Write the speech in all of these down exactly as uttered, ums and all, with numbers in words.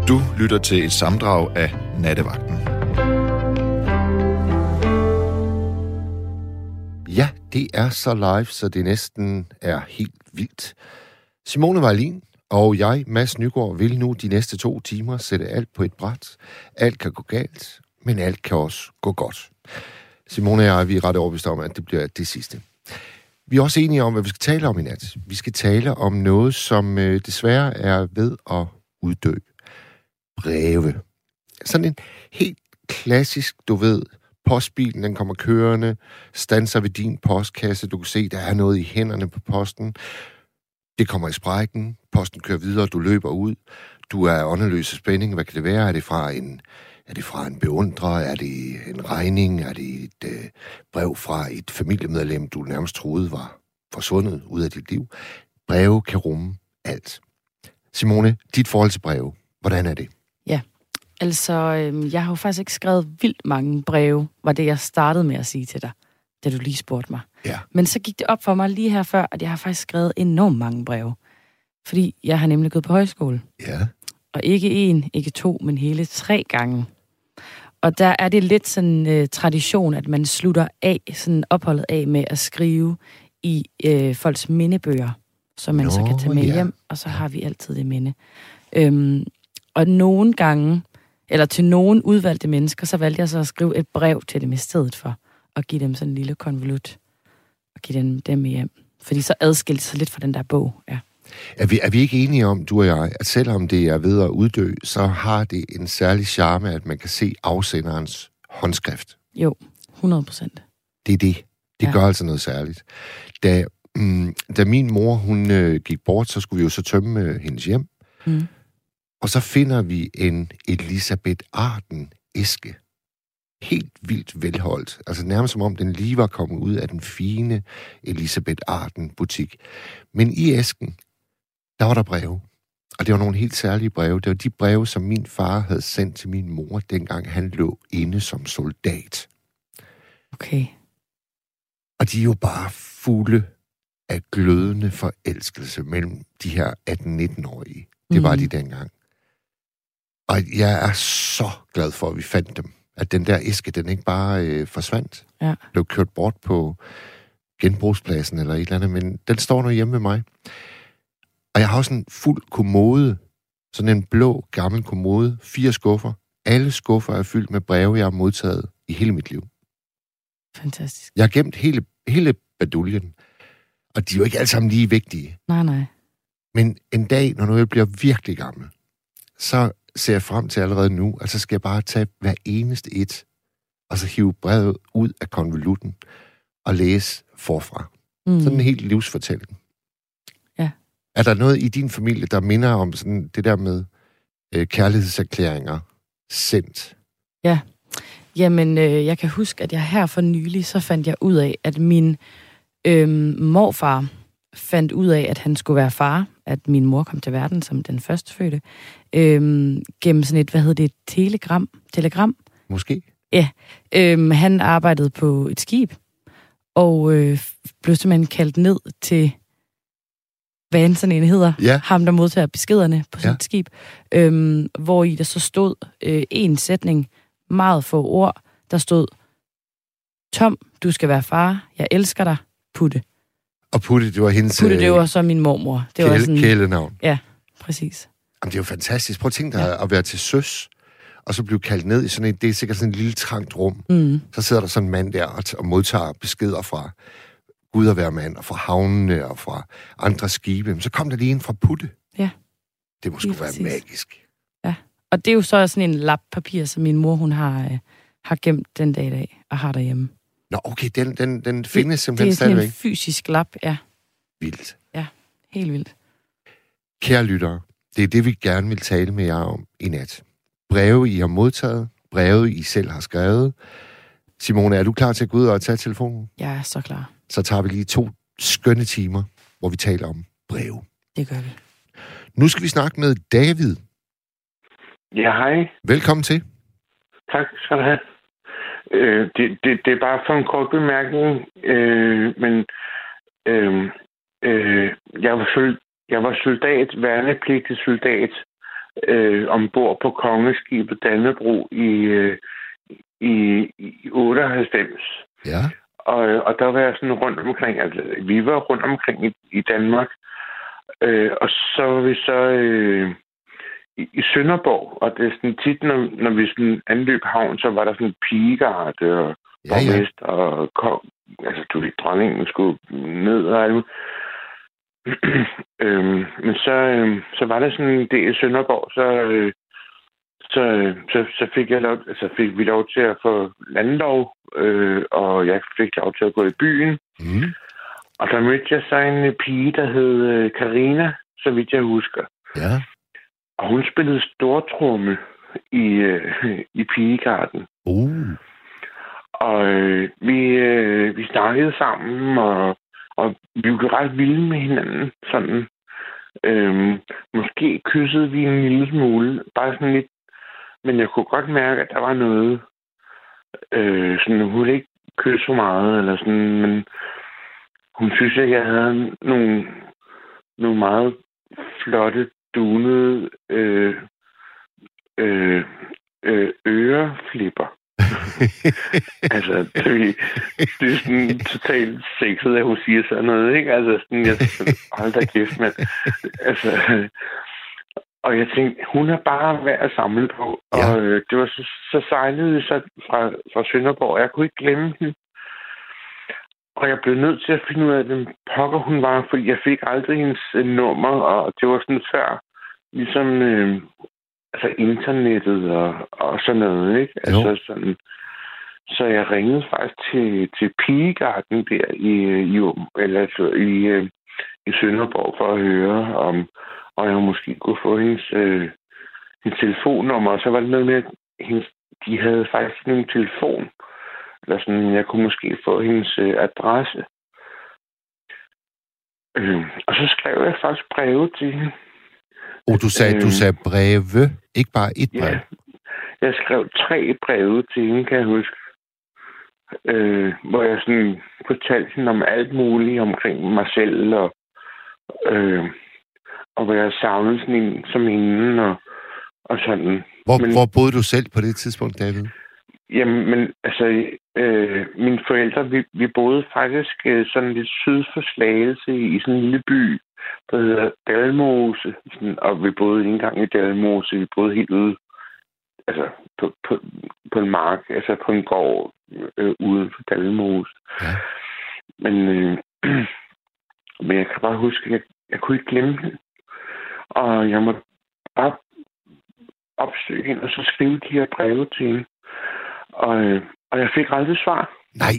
Du lytter til et sammendrag af Nattevagten. Ja, det er så live, så det næsten er helt vildt. Simone Vejlin og jeg, Mads Nygaard, vil nu de næste to timer sætte alt på et bræt. Alt kan gå galt, men alt kan også gå godt. Simone og jeg, vi er ret overbevist om, at det bliver det sidste. Vi er også enige om, hvad vi skal tale om i nat. Vi skal tale om noget, som øh, desværre er ved at uddø. Breve. Sådan en helt klassisk, du ved, postbilen, den kommer kørende, standser ved din postkasse, du kan se, der er noget i hænderne på posten. Det kommer i sprækken, posten kører videre, du løber ud, du er åndeløs af spænding. Hvad kan det være? Er det fra en, er det fra en beundrer? Er det en regning? Er det et øh, brev fra et familiemedlem, du nærmest troede var forsvundet ud af dit liv? Breve kan rumme alt. Simone, dit forhold til breve, hvordan er det? Ja, altså, øh, jeg har jo faktisk ikke skrevet vildt mange breve, var det, jeg startede med at sige til dig, da du lige spurgte mig. Ja. Men så gik det op for mig lige her før, at jeg har faktisk skrevet enormt mange breve. Fordi jeg har nemlig gået på højskole. Ja. Og ikke en, ikke to, men hele tre gange. Og der er det lidt sådan øh, tradition, at man slutter af, sådan opholdet af med at skrive i øh, folks mindebøger, som man Nå, så kan tage med ja. hjem, og så har vi altid det minde. Øhm, og nogle gange, eller til nogle udvalgte mennesker, så valgte jeg så at skrive et brev til dem i stedet for at give dem sådan en lille konvolut og give dem, dem med hjem. Fordi så adskilte sig lidt fra den der bog, ja. Er vi, er vi ikke enige om, du og jeg, at selvom det er ved at uddø, så har det en særlig charme, at man kan se afsenderens håndskrift? Jo, hundrede procent. Det er det. Det ja. gør altså noget særligt. Da, mm, da min mor, hun øh, gik bort, så skulle vi jo så tømme øh, hendes hjem. Mm. Og så finder vi en Elisabeth Arden æske. Helt vildt velholdt. Altså nærmest som om den lige var kommet ud af den fine Elisabeth Arden butik. Men i æsken, der var der breve. Og det var nogle helt særlige breve. Det var de breve, som min far havde sendt til min mor, dengang han lå inde som soldat. Okay. Og de er jo bare fulde af glødende forelskelse mellem de her atten-nitten-årige. Det mm. var de dengang. Og jeg er så glad for, at vi fandt dem. At den der æske, den ikke bare øh, forsvandt. Ja. Blev kørt bort på genbrugspladsen eller et eller andet, men den står nu hjemme ved mig. Og jeg har også en fuld kommode, sådan en blå, gammel kommode, fire skuffer. Alle skuffer er fyldt med breve, jeg har modtaget i hele mit liv. Fantastisk. Jeg har gemt hele, hele baduljen, og de er jo ikke alle sammen lige vigtige. Nej, nej. Men en dag, når nu jeg bliver virkelig gammel, så ser jeg frem til allerede nu, at så skal jeg bare tage hver eneste et, og så hive brevet ud af konvolutten og læse forfra. Mm. Sådan en helt livsfortælling. Ja. Er der noget i din familie, der minder om sådan det der med øh, kærlighedserklæringer sendt? Ja. Jamen, øh, jeg kan huske, at jeg her for nylig, så fandt jeg ud af, at min øh, morfar fandt ud af, at han skulle være far, at min mor kom til verden som den førstefødte, øhm, gennem sådan et, hvad hedder det, telegram? Telegram? Måske. Ja. Øhm, han arbejdede på et skib, og øh, blev simpelthen kaldt ned til, hvad end sådan en hedder, ja. ham, der modtager beskederne på sådan ja. et skib, øhm, hvor i der så stod øh, en sætning, meget få ord, der stod, Tom, du skal være far, jeg elsker dig, Putte. Og Putte, det var hendes... Putte, det var så min mormor. Det kæle, var sådan, kælenavn. Ja, præcis. Jamen, det er jo fantastisk. Prøv at tænke dig ja. at være til søs, og så blive kaldt ned i sådan et, det er sikkert sådan et lille trangt rum. Mm. Så sidder der sådan en mand der og, t- og modtager beskeder fra Gud og hver mand, og fra havnene, og fra andre skibe. Men så kom der lige en fra Putte. Ja. Det må sgu være præcis. Magisk. Ja, og det er jo så sådan en lap papir, som min mor, hun har, øh, har gemt den dag i dag, og har derhjemme. Nå, okay, den, den, den findes det, simpelthen stadigvæk. Det er sådan en fysisk lap, ja. Vildt. Ja, helt vildt. Kære lyttere, det er det, vi gerne vil tale med jer om i nat. Breve, I har modtaget. Breve, I selv har skrevet. Simone, er du klar til at gå ud og tage telefonen? Jeg er så klar. Så tager vi lige to skønne timer, hvor vi taler om breve. Det gør vi. Nu skal vi snakke med David. Ja, hej. Velkommen til. Tak skal du have. Øh, det, det, det er bare for en kort bemærkning, øh, men øh, øh, jeg, var, jeg var soldat, værnepligtig soldat, øh, ombord på kongeskibet Dannebrog i, øh, i, i otteoghalvfems. Ja. Og, og der var jeg sådan rundt omkring, altså vi var rundt omkring i, i Danmark, øh, og så var vi så øh, i, i Sønderborg, og det er sådan tit, når, når vi sådan anløb havn, så var der sådan pigegarde og Ja, ja. borgmester og kom, altså du ved, dronningen skulle ned og alt. øhm, men så, øh, så var der sådan en del i Sønderborg, så, øh, så, så, så fik jeg lov, altså fik vi lov til at få landlov, øh, og jeg fik lov til at gå i byen. Mm. Og der mødte jeg så en pige, der hed Karina, så vidt jeg husker. Ja. Og hun spillede stortromme i, øh, i pigegarden. Uh. Og øh, vi, øh, vi snakkede sammen, og, og vi blev ret vilde med hinanden. Sådan. Øhm, måske kyssede vi en lille smule, bare sådan lidt. Men jeg kunne godt mærke, at der var noget. Øh, sådan, hun ville ikke kysse så meget, eller sådan, men hun synes, at jeg havde nogle, nogle meget flotte, dunede øh, øh, øh, øreflipper. altså, det, det er sådan totalt sexet, at hun siger sådan noget, ikke? Altså, sådan, jeg hold da kæft, mand. Altså, og jeg tænkte, hun er bare værd at samle på. Ja. Og øh, det var så, så sejlede så fra, fra Sønderborg, og jeg kunne ikke glemme hende. Og jeg blev nødt til at finde ud af, hvem pokker hun var, fordi jeg fik aldrig hendes øh, nummer, og det var sådan før, ligesom øh, altså internettet og, og sådan noget, ikke? Altså sådan, så jeg ringede faktisk til, til pigegarden der i, i, eller, altså, i, øh, i Sønderborg for at høre, om, om jeg måske kunne få hendes, øh, hendes telefonnummer, og så var det noget med, at hendes, de havde faktisk en telefon, eller sådan, jeg kunne måske få hendes øh, adresse. Øh, og så skrev jeg faktisk breve til hende. Oh, du sagde, øh, du sagde breve, ikke bare et brev? Ja, jeg skrev tre breve til hende, kan jeg huske. Øh, hvor jeg sådan fortalte hende om alt muligt omkring mig selv, og, øh, og hvor jeg savnede sådan en som hende, og, og sådan. Hvor, men, hvor boede du selv på det tidspunkt, David? Jamen, men altså, øh, mine forældre, vi, vi boede faktisk øh, sådan lidt syd for Slagelse i sådan en lille by, der hedder Dalmose, sådan, og vi boede ikke engang i Dalmose, vi boede helt ude, altså på, på, på en mark, altså på en gård øh, uden for Dalmose. Ja. Men, øh, men jeg kan bare huske, at jeg, jeg kunne ikke glemme hende, og jeg måtte bare opsøge hende, og så skrive de her breve til hende. Og, og jeg fik aldrig svar. Nej.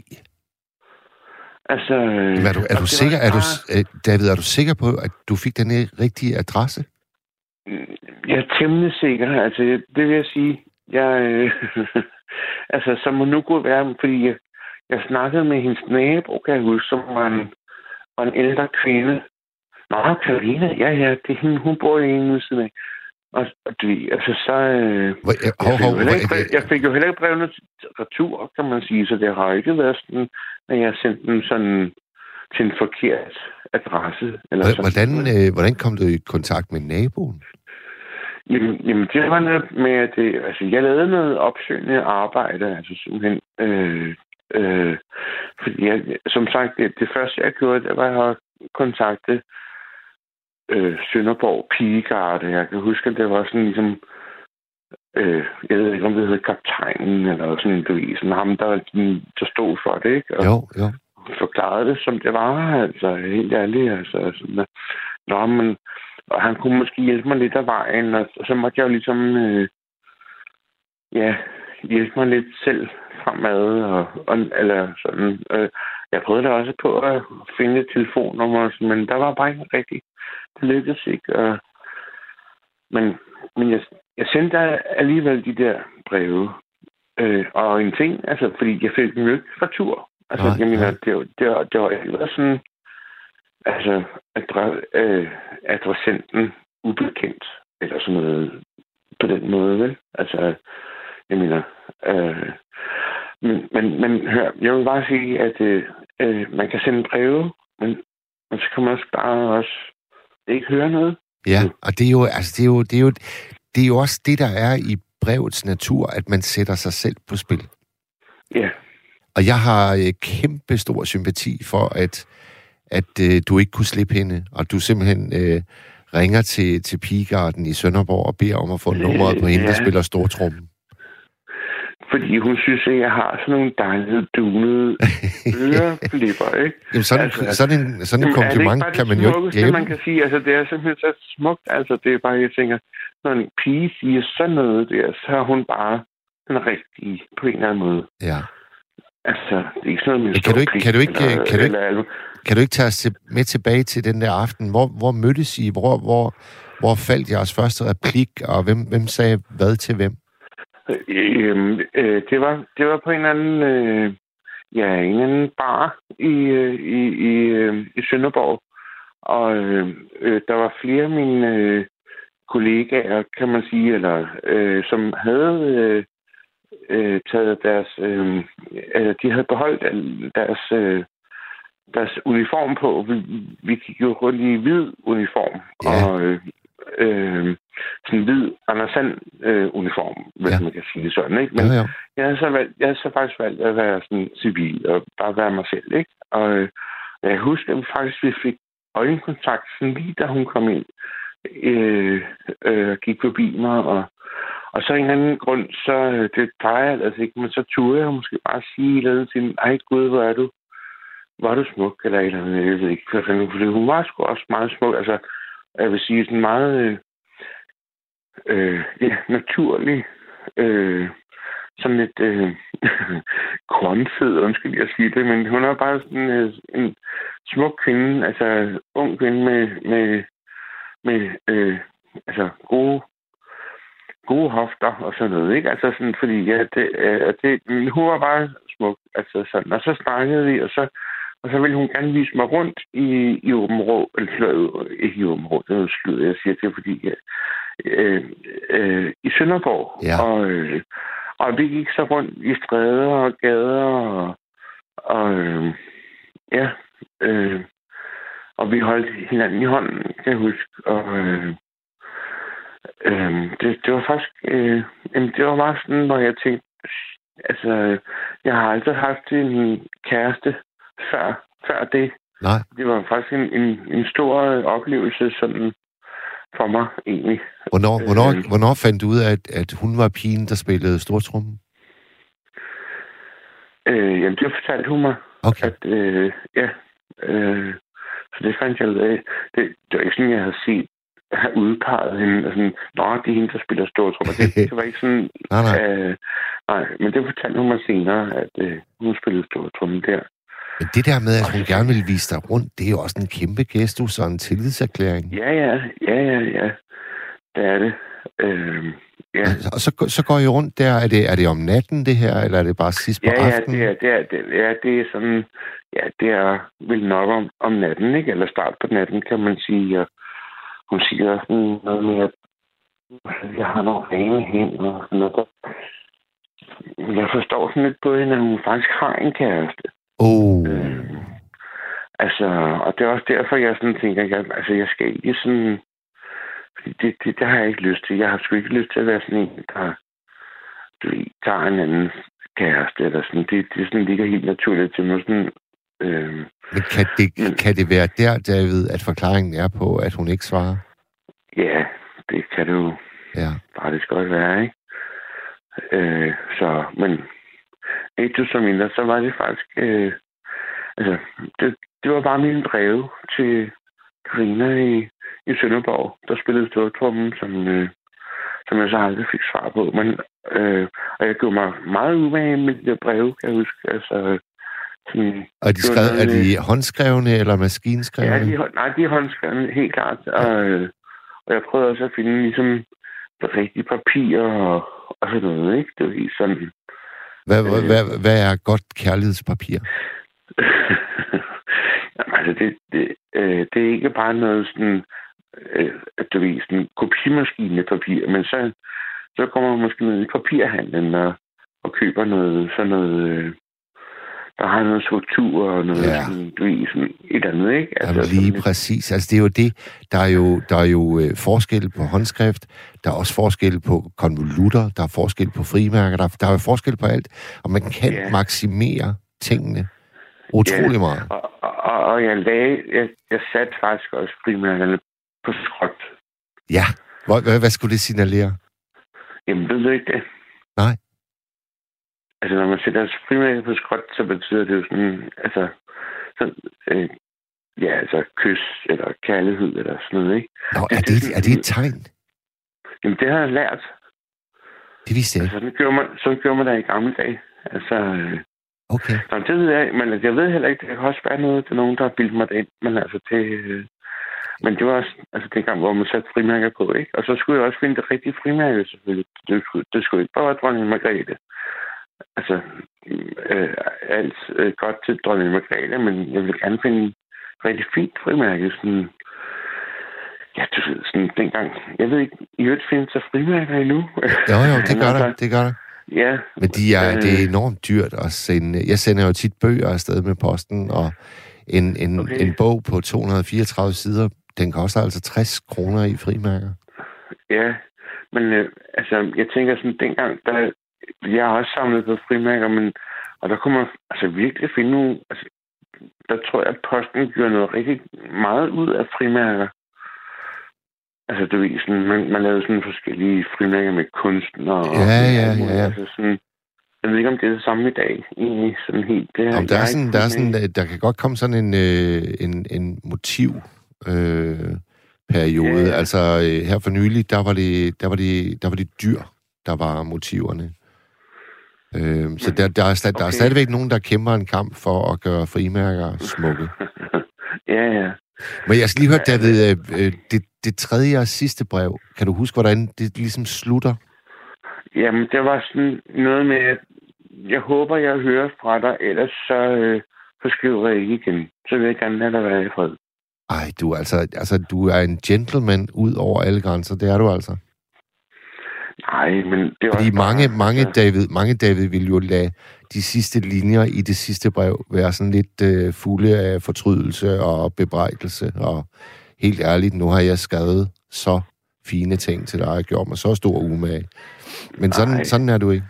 Altså... Men er du, er du sikker, bare... er du, David, er du sikker på, at du fik den rigtige adresse? Jeg er temmelig sikker. Altså, det vil jeg sige. Jeg, øh, altså, som må nu gå være, fordi jeg, jeg snakkede med hendes nabo, kan jeg huske, som var en, var en ældre kvinde. Nå, Karina, ja, ja, det er hende, hun bor i en ude siden af. Og, og det, altså så... Øh, Hvor, jeg, hov, hov, jeg, fik brev, jeg fik jo heller ikke brevene til retur, kan man sige, så det har ikke været sådan, at jeg sendte dem sådan til en forkert adresse. Eller hvordan, sådan. Øh, hvordan kom du i kontakt med naboen? Jamen, jamen det var noget med, at det, altså, jeg lavede noget opsøgende arbejde, altså simpelthen... Øh, øh, fordi jeg, som sagt, det, det første, jeg gjorde, det var at kontakte Øh, Sønderborg pigegarde. Jeg kan huske, at det var sådan ligesom, øh, jeg ved ikke, om det hedder kaptajnen, eller sådan en bevis, sådan ham, der, der stod for det, ikke? Og jo, jo. forklarede det, som det var, altså, helt ærligt, altså, sådan, nå, men, og han kunne måske hjælpe mig lidt af vejen, og, og så måtte jeg jo ligesom, øh, ja, hjælpe mig lidt selv fremad, og, og eller sådan, øh, jeg prøvede da også på at finde et telefonnummer, men der var bare ikke rigtigt. Det lykkedes ikke. Og... Men, men jeg, jeg sendte alligevel de der breve. Øh, og en ting, altså, fordi jeg fik dem jo ikke fra tur. Altså, nej, jeg mener, det var, det var, det var ellers sådan, altså, adre, øh, adressenten ubekendt, eller sådan noget på den måde, vel? Altså, jeg mener, øh, men, men, men hør, jeg vil bare sige, at øh, man kan sende breve, men, men så kan man også bare også ikke høre noget. Ja, og det er jo, altså, det er jo, det er jo, det er jo også det, der er i brevets natur, at man sætter sig selv på spil. Ja. Og jeg har øh, kæmpe stor sympati for, at, at øh, du ikke kunne slippe hende, og du simpelthen øh, ringer til, til Pigegarden i Sønderborg og beder om at få nummeret på hende, ja. Der spiller stortrummen. Fordi hun synes, at jeg har sådan nogle dejlige, dunede øreflipper, ikke? Jamen, sådan, altså, sådan en, sådan en kompliment kan man jo ikke glemme. Man kan sige, altså, det er simpelthen så smukt. Altså, det er bare, jeg tænker, når en pige siger sådan noget der, så er hun bare den rigtige på en eller anden måde. Ja. Altså, det er ikke sådan noget med kan du ikke, kan du ikke, eller, kan du ikke, eller, kan du ikke tage os med tilbage til den der aften? Hvor, hvor mødtes I? Hvor, hvor, hvor faldt jeres første replik? Og hvem, hvem sagde hvad til hvem? Øh, øh, det var det var på en eller anden øh, ja en eller anden bar i øh, i i, øh, i Sønderborg, og øh, øh, der var flere af mine øh, kollegaer, kan man sige, eller øh, som havde øh, øh, taget deres øh, øh, de havde beholdt deres øh, deres uniform på. Vi, vi gik jo rundt i hvid uniform, ja. og øh, Øh, sådan en hvid Anders Sand øh, uniform, hvis ja. man kan sige det sådan, ikke? Men ja, ja. Jeg, havde så valgt, jeg havde så faktisk valgt at være sådan civil og bare være mig selv, ikke? Og øh, jeg husker at vi faktisk, vi fik øjenkontakt sådan lige da hun kom ind øh, øh, gik forbi mig, og, og så en eller anden grund, så øh, det plejer jeg altså ikke, men så turde jeg måske bare sige lidt til hende, ej gud, hvor er du hvor er du smuk, eller et eller andet, jeg ved ikke, for hun var sgu også meget smuk, altså jeg vil sige sådan meget øh, øh, ja, naturlig, øh, sådan lidt øh, grønfed, undskyld jeg sige det, men hun er bare sådan øh, en smuk kvinde, altså ung kvinde med, med, med øh, altså gode, gode hofter og sådan noget, ikke? Altså sådan, fordi ja, det, øh, det, hun var bare smuk, altså sådan, og så snakkede vi, og så Og så ville hun gerne vise mig rundt i, i Åben Rå, eller ikke i Åben Rå, det er jo slud, jeg siger det, fordi ja, øh, øh, i Sønderborg. Ja. Og, øh, og vi gik så rundt i stræder og gader, og, og øh, ja, øh, og vi holdt hinanden i hånden, kan jeg huske. Og øh, øh, det, det var faktisk, øh, det var bare sådan, hvor jeg tænkte, altså, jeg har aldrig haft en kæreste, Før, før det. Nej. Det var faktisk en, en, en stor oplevelse sådan for mig, egentlig. Hvornår, hvornår, øh, hvornår fandt du ud af, at, at hun var pigen, der spillede stortrummen? Øh, jamen, det fortalte hun mig. Okay. At, øh, ja, øh, så det fandt jeg ud af. Det, det var ikke sådan, jeg havde set, have udpeget hende. Og sådan, nå, det er hende, der spiller stortrummer. Det, det var ikke sådan... nej, nej. Øh, nej, men det fortalte hun mig senere, at øh, hun spillede stortrummen der. Men det der med, at hun gerne vil vise dig rundt, det er jo også en kæmpe gestus og en tillidserklæring. Ja, ja, ja, ja, ja. Det er det. Øh, ja. Og så, så går I rundt der. Er det, er det om natten, det her, eller er det bare sidst på ja, aftenen? Ja, det er, det, er, det, ja, det er sådan... Ja, det er vel nok om, om natten, ikke? Eller start på natten, kan man sige. Og hun siger sådan noget med, at jeg har nogle rene hænder og sådan noget. Jeg forstår sådan lidt på hende, at hun faktisk har en kæreste. Oh. Øh, altså, og det er også derfor, jeg sådan tænker, jeg, altså, jeg skal ikke sådan... Det, det, det har jeg ikke lyst til. Jeg har sgu ikke lyst til at være sådan en, der du ved, tager en anden kæreste, eller sådan. Det, det sådan ligger helt naturligt til mig. Sådan, øh, men kan det, kan det være der, David, at forklaringen er på, at hun ikke svarer? Ja, det kan det jo ja. faktisk godt være, ikke? Øh, så, men ikke du så mindre, så var det faktisk... Øh, altså, det, det var bare mine breve til Karina i, i Sønderborg, der spillede stortrummen, som, øh, som jeg så aldrig fik svar på. Men, øh, og jeg gjorde mig meget umage med de der breve, kan jeg huske. Altså, sådan, og de skrev, noget, er de håndskrevne eller maskinskrevne? Ja, de, nej, de er håndskrevne, helt klart. Ja. Og, øh, og jeg prøvede også at finde ligesom det rigtige papir og, og sådan noget, ikke? Det var helt sådan... Hvad, øh, hvad, hvad er godt kærlighedspapir? Jamen, altså, det, det, øh, det er ikke bare noget sådan, øh, at du ved, sådan kopimaskine-papir, men så, så kommer man måske ned i papirhandlen og, og køber noget, sådan noget, øh, der har noget struktur og noget ja. sådan, du ved, sådan et eller andet, ikke? Altså, Jamen, lige sådan præcis. Altså, det er jo det. Der er jo, der er jo øh, forskel på håndskrift, der er også forskel på konvolutter, der er forskel på frimærker, der, der er forskel på alt, og man kan ja. maksimere tingene utrolig ja. meget. Og, og, og jeg lagde, jeg, jeg satte faktisk også frimærkerne på skrot. Ja. Hvad, hvad, hvad skulle det signalere? Jamen, ved du ikke det? Nej. Altså, når man sætter frimærker på skrot, så betyder det jo sådan, altså, sådan, øh, ja, altså, kys, eller kærlighed, eller sådan noget, ikke? Nå, er det, det, er det et tegn? Jamen, det har jeg lært. Det vidste jeg ikke. Altså, sådan gjorde man, sådan gjorde man der i gamle dage. Altså, øh, okay. Nå, det ved jeg, men jeg ved heller ikke, det kan også være noget til nogen, der har bildet mig det ind, men altså, det... Øh, Men det var også altså, det gang, hvor man satte frimærker på, ikke? Og så skulle jeg også finde det rigtige frimærke, selvfølgelig. Det skulle, det skulle ikke bare være dronning Margrethe. Altså, øh, alt øh, godt til dronning Margrethe, men jeg vil gerne finde en rigtig fint frimærke. Sådan, ja, du ved, sådan dengang. Jeg ved ikke, I øvrigt findes der frimærker endnu? Jo, jo, det gør der, det gør der. Ja. Men de er, øh, det er enormt dyrt at sende. Jeg sender jo tit bøger afsted med posten, og en, en, okay. en bog på to hundrede og fireogtredive sider, den koster altså tres kroner i frimærker. Ja, men øh, altså, jeg tænker sådan, dengang, der, jeg har også samlet på frimærker, men, og der kunne man altså virkelig finde nogle, altså, der tror jeg, at posten gjorde noget rigtig meget ud af frimærker. Altså, du ved, sådan, man, man lavede sådan forskellige frimærker med kunsten og... Ja, ja, ja, ja. Altså sådan, jeg ved ikke, om det er det samme i dag, egentlig, sådan helt... Det her, Jamen, der, er sådan, der, er sådan, der kan godt komme sådan en, øh, en, en motiv... Øh, periode. Ja. Altså øh, her for nylig, der var det, der var det, der var det dyr, der var motiverne. Øh, så der, der, er, der okay. er stadigvæk nogen, der kæmper en kamp for at gøre frimærker smukke. ja, ja. Men jeg skal lige høre, David, øh, det, det tredje og sidste brev, kan du huske, hvordan det ligesom slutter? Jamen, det var sådan noget med, at jeg håber, jeg hører fra dig, ellers så, øh, så skriver jeg ikke igen. Så vil jeg gerne lade dig være i fred. Ej, du er altså, altså, du er en gentleman ud over alle grænser, det er du altså. Nej, men det er Fordi også mange, bare, mange, altså... David, mange David vil jo lade de sidste linjer i det sidste brev være sådan lidt øh, fulde af fortrydelse og bebrejdelse, og helt ærligt, nu har jeg skrevet så fine ting til dig, og gjort mig så stor umage. Men sådan, sådan er du ikke.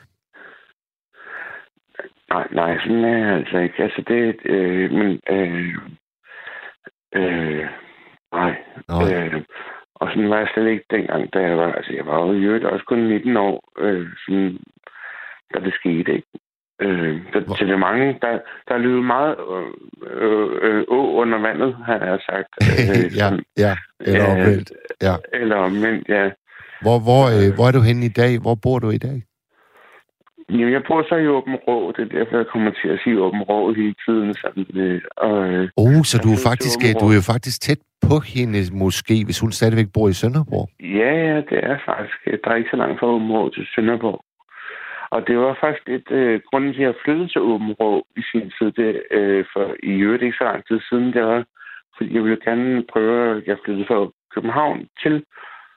Nej, nej, sådan er jeg altså ikke. Altså, det øh, men, øh, øh, nej. Øh, og sådan var jeg slet ikke dengang, da jeg var, altså, jeg var jo i øvrigt også kun nitten år, øh, sådan, da det skete, ikke? Øh, der, til det mange, der, der løb meget øh, øh, å under vandet, har jeg sagt. Øh, ja, ja, eller omvendt. Ja. Eller omvendt, ja. Hvor, hvor, øh, hvor er du henne i dag? Hvor bor du i dag? Jamen, jeg bor så i Åben Rå. Det er derfor, jeg kommer til at sige Åben Rå hele tiden. Sådan, øh, og, øh, oh, så du er, faktisk, du er jo faktisk tæt på hende måske, hvis hun stadigvæk bor i Sønderborg? Ja, ja, det er faktisk. Der er ikke så langt fra Åben Rå til Sønderborg. Og det var faktisk et øh, grunden til, at jeg flyttede til Åben Rå i sin tid. Det, øh, for i øvrigt ikke så lang tid siden. Det var, fordi jeg ville gerne prøve, at jeg flyttede fra København til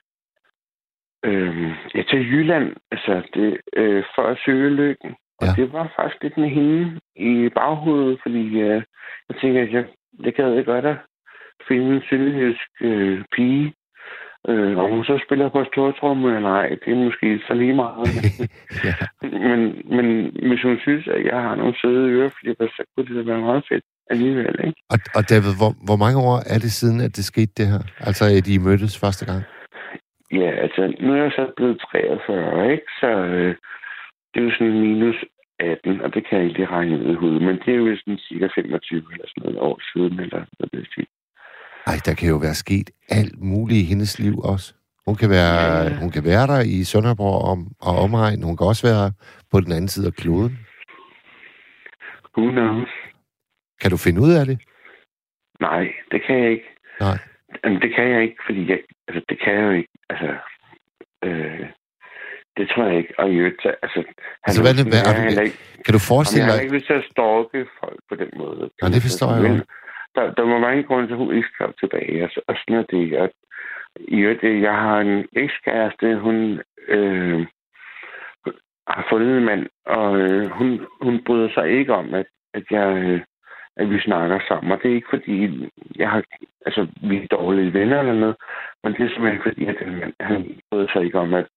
Øh, ja, til Jylland, altså det, øh, for at søge lykken. Og ja. Det var faktisk lidt med hende i baghovedet, fordi øh, jeg tænker, at jeg, jeg gad godt at finde en sønderjysk øh, pige. Øh, og hun så spiller på stortromme eller ej, det er måske så lige meget. ja. men, men hvis hun synes, at jeg har nogle søde øreflipper, så kunne det da være meget fedt alligevel, ikke? Og, og David, hvor, hvor mange år er det siden, at det skete det her? Altså, at I mødtes første gang? Ja, altså, nu er jeg så blevet treogfyrre, ikke? Så øh, det er jo sådan minus atten, og det kan jeg ikke lige regne ud i hovedet. Men det er jo sådan cirka femogtyve eller sådan noget år siden, eller hvad det er. Ej, der kan jo være sket alt muligt i hendes liv også. Hun kan være, ja. hun kan være der i Sønderborg om, og omegn. Hun kan også være på den anden side af kloden. Who knows? Kan du finde ud af det? Nej, det kan jeg ikke. Nej. Jamen, det kan jeg ikke, fordi jeg, altså, det kan jeg jo ikke. Altså, øh, det tror jeg ikke. Og i øvrigt, altså... Altså, hvad, hvad, hvad, ikke, kan du forestille dig... Jeg har ikke lyst til at stalke folk på den måde. Ja, det forstår jeg jo. Der, der må være en grund til, at hun ikke skrev tilbage. Altså, og sådan er det. Og, i øvrigt, jeg har en ekskæreste, hun øh, har fundet en mand, og øh, hun, hun bryder sig ikke om, at, at jeg... Øh, at vi snakker sammen. Og det er ikke fordi, jeg har, altså, vi er dårlige venner eller noget, men det er simpelthen fordi, at han, han bryder sig ikke om, at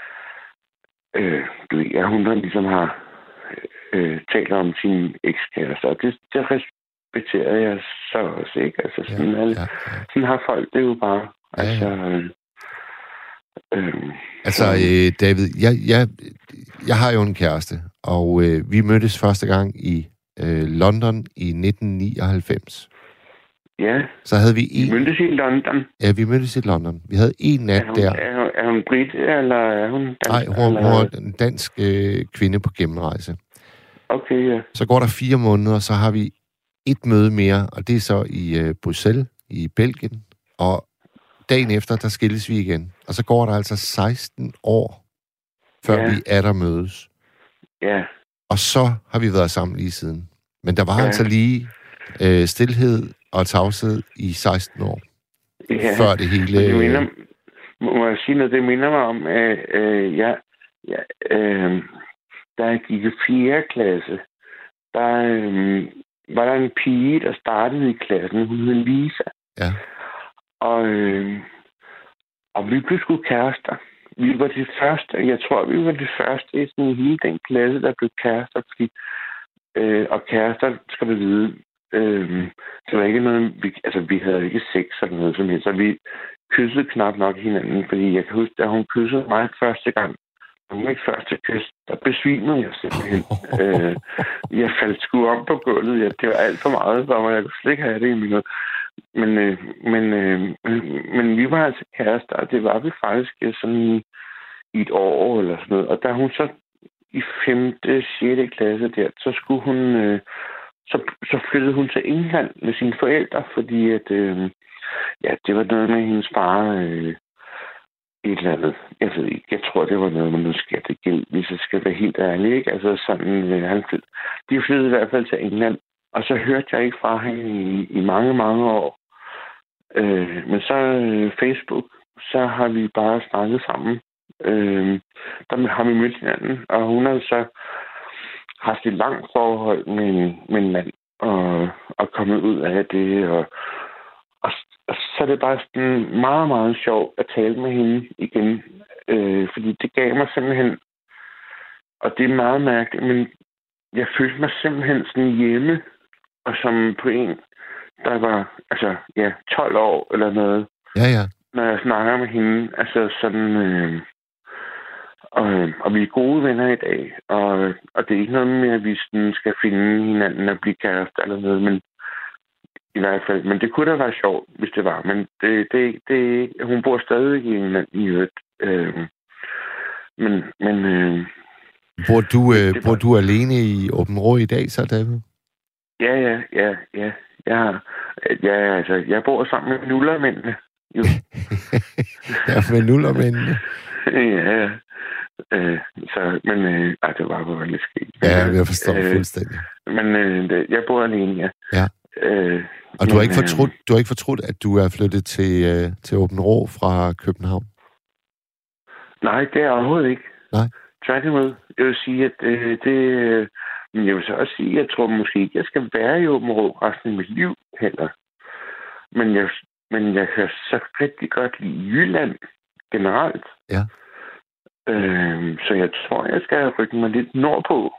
øh, du ved, at hun ligesom har øh, talt om sin ekskæreste, og det, det respekterer jeg så også, ikke? Altså, sådan, ja, alle, ja, ja. Sådan har folk det jo bare. Ja, altså, øh, øh, altså øh, David, jeg, jeg, jeg har jo en kæreste, og øh, vi mødtes første gang i London i nitten nioghalvfems. Ja. Så havde vi en... Vi mødtes i London? Ja, vi mødtes i London. Vi havde en nat er hun, der. Er hun, er hun brit, eller er hun dansk? Nej, hun, hun er en dansk øh, kvinde på gennemrejse. Okay, ja. Så går der fire måneder, så har vi et møde mere, og det er så i øh, Bruxelles, i Belgien. Og dagen efter, der skilles vi igen. Og så går der altså seksten år, før ja. vi er der mødes. Ja. Og så har vi været sammen lige siden. Men der var ja. altså lige øh, stilhed og tavshed i seksten år. Ja. Før det hele... Det minder, må jeg sige noget? Det minder mig om, at øh, jeg, ja, øh, da jeg gik i fjerde klasse, der øh, var der en pige, der startede i klassen. Hun hed Lisa. Ja. Og, øh, og vi blev sgu kærester. Vi var de første, jeg tror, vi var de første i sådan hele den klasse, der blev kærester, fordi, øh, og kærester, skal du vide, øh, det var ikke noget, vi, altså vi havde ikke sex eller noget som helst, så vi kyssede knap nok hinanden, fordi jeg kan huske, da hun kyssede mig første gang, hun var ikke første kys, der besvimede jeg simpelthen. øh, jeg faldt sgu om på gulvet, ja, det var alt for meget for mig, jeg kunne slet ikke have det i min. Men, øh, men, øh, men vi var altså kærester, og det var vi faktisk sådan i et år eller sådan noget. Og da hun så i femte, sjette klasse der, så skulle hun, øh, så, så flyttede hun til England med sine forældre, fordi at, øh, ja, det var noget med hendes far, øh, et eller andet. Jeg ved ikke, jeg tror, det var noget med noget skattegæld, hvis jeg skal være helt ærlig, ikke? Altså sådan, øh, han flyttede, de flyttede i hvert fald til England. Og så hørte jeg ikke fra hende i, i mange, mange år. Øh, men så øh, Facebook, så har vi bare snakket sammen. Øh, der har vi mødt hinanden, og hun har så haft et langt forhold med en, med en mand, og, og kommet ud af det. Og, og, og så er det bare sådan meget, meget sjovt at tale med hende igen. Øh, fordi det gav mig simpelthen, og det er meget mærkeligt, men jeg følte mig simpelthen sådan hjemme, og som på en, der var, altså, ja, tolv år eller noget. Ja, ja. Når jeg snakker med hende, altså sådan, øh, og, og vi er gode venner i dag, og, og det er ikke noget med, at vi sådan skal finde hinanden og blive kærester eller noget, men i hvert fald, men det kunne da være sjovt, hvis det var, men det, det, det hun bor stadig i England i øvrigt. Øh, men, men, øh, Bor du, øh, bor du alene i Åben Rå i dag, så, David? Ja, ja, ja, ja. Jeg, ja, altså, jeg bor sammen med nullermændene. Jo. Ja, med nullermændene. Ja, ja. Øh, så, men, øh, ej, det var bare lidt sket. Ja, jeg forstår øh, fuldstændig. Men øh, jeg bor alene, ja. Ja. Øh, Og du har ikke fortrudt, du har ikke fortrudt, at du er flyttet til, øh, til Åben Rå fra København? Nej, det er overhovedet ikke. Nej. Tværtimod. Jeg vil sige, at øh, det... Øh, men jeg vil så også sige, at jeg tror måske ikke, jeg skal være i Åben Rå resten af mit liv heller. Men jeg, men jeg kan så rigtig godt lide Jylland generelt. Ja. Øh, så jeg tror, jeg skal rykke mig lidt nordpå.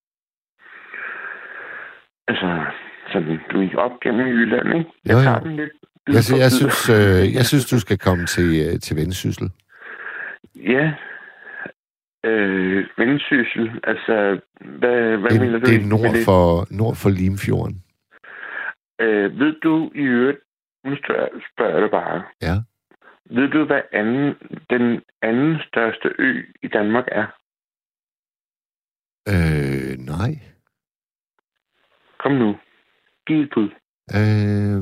Altså, sådan, du er op gennem Jylland, ikke? Jeg jo, jo. tager den lidt. Jeg, jeg, jeg, synes, øh, jeg synes, du skal komme til, til Vendsyssel. Ja. Øh, Vendsyssel, altså, hvad, hvad det, mener du? Det er nord for, nord for Limfjorden. Øh, ved du i øvrigt, nu spørger jeg dig bare. Ja. Ved du, hvad anden, den anden største ø i Danmark er? Øh, nej. Kom nu. Giv et bud. Øh,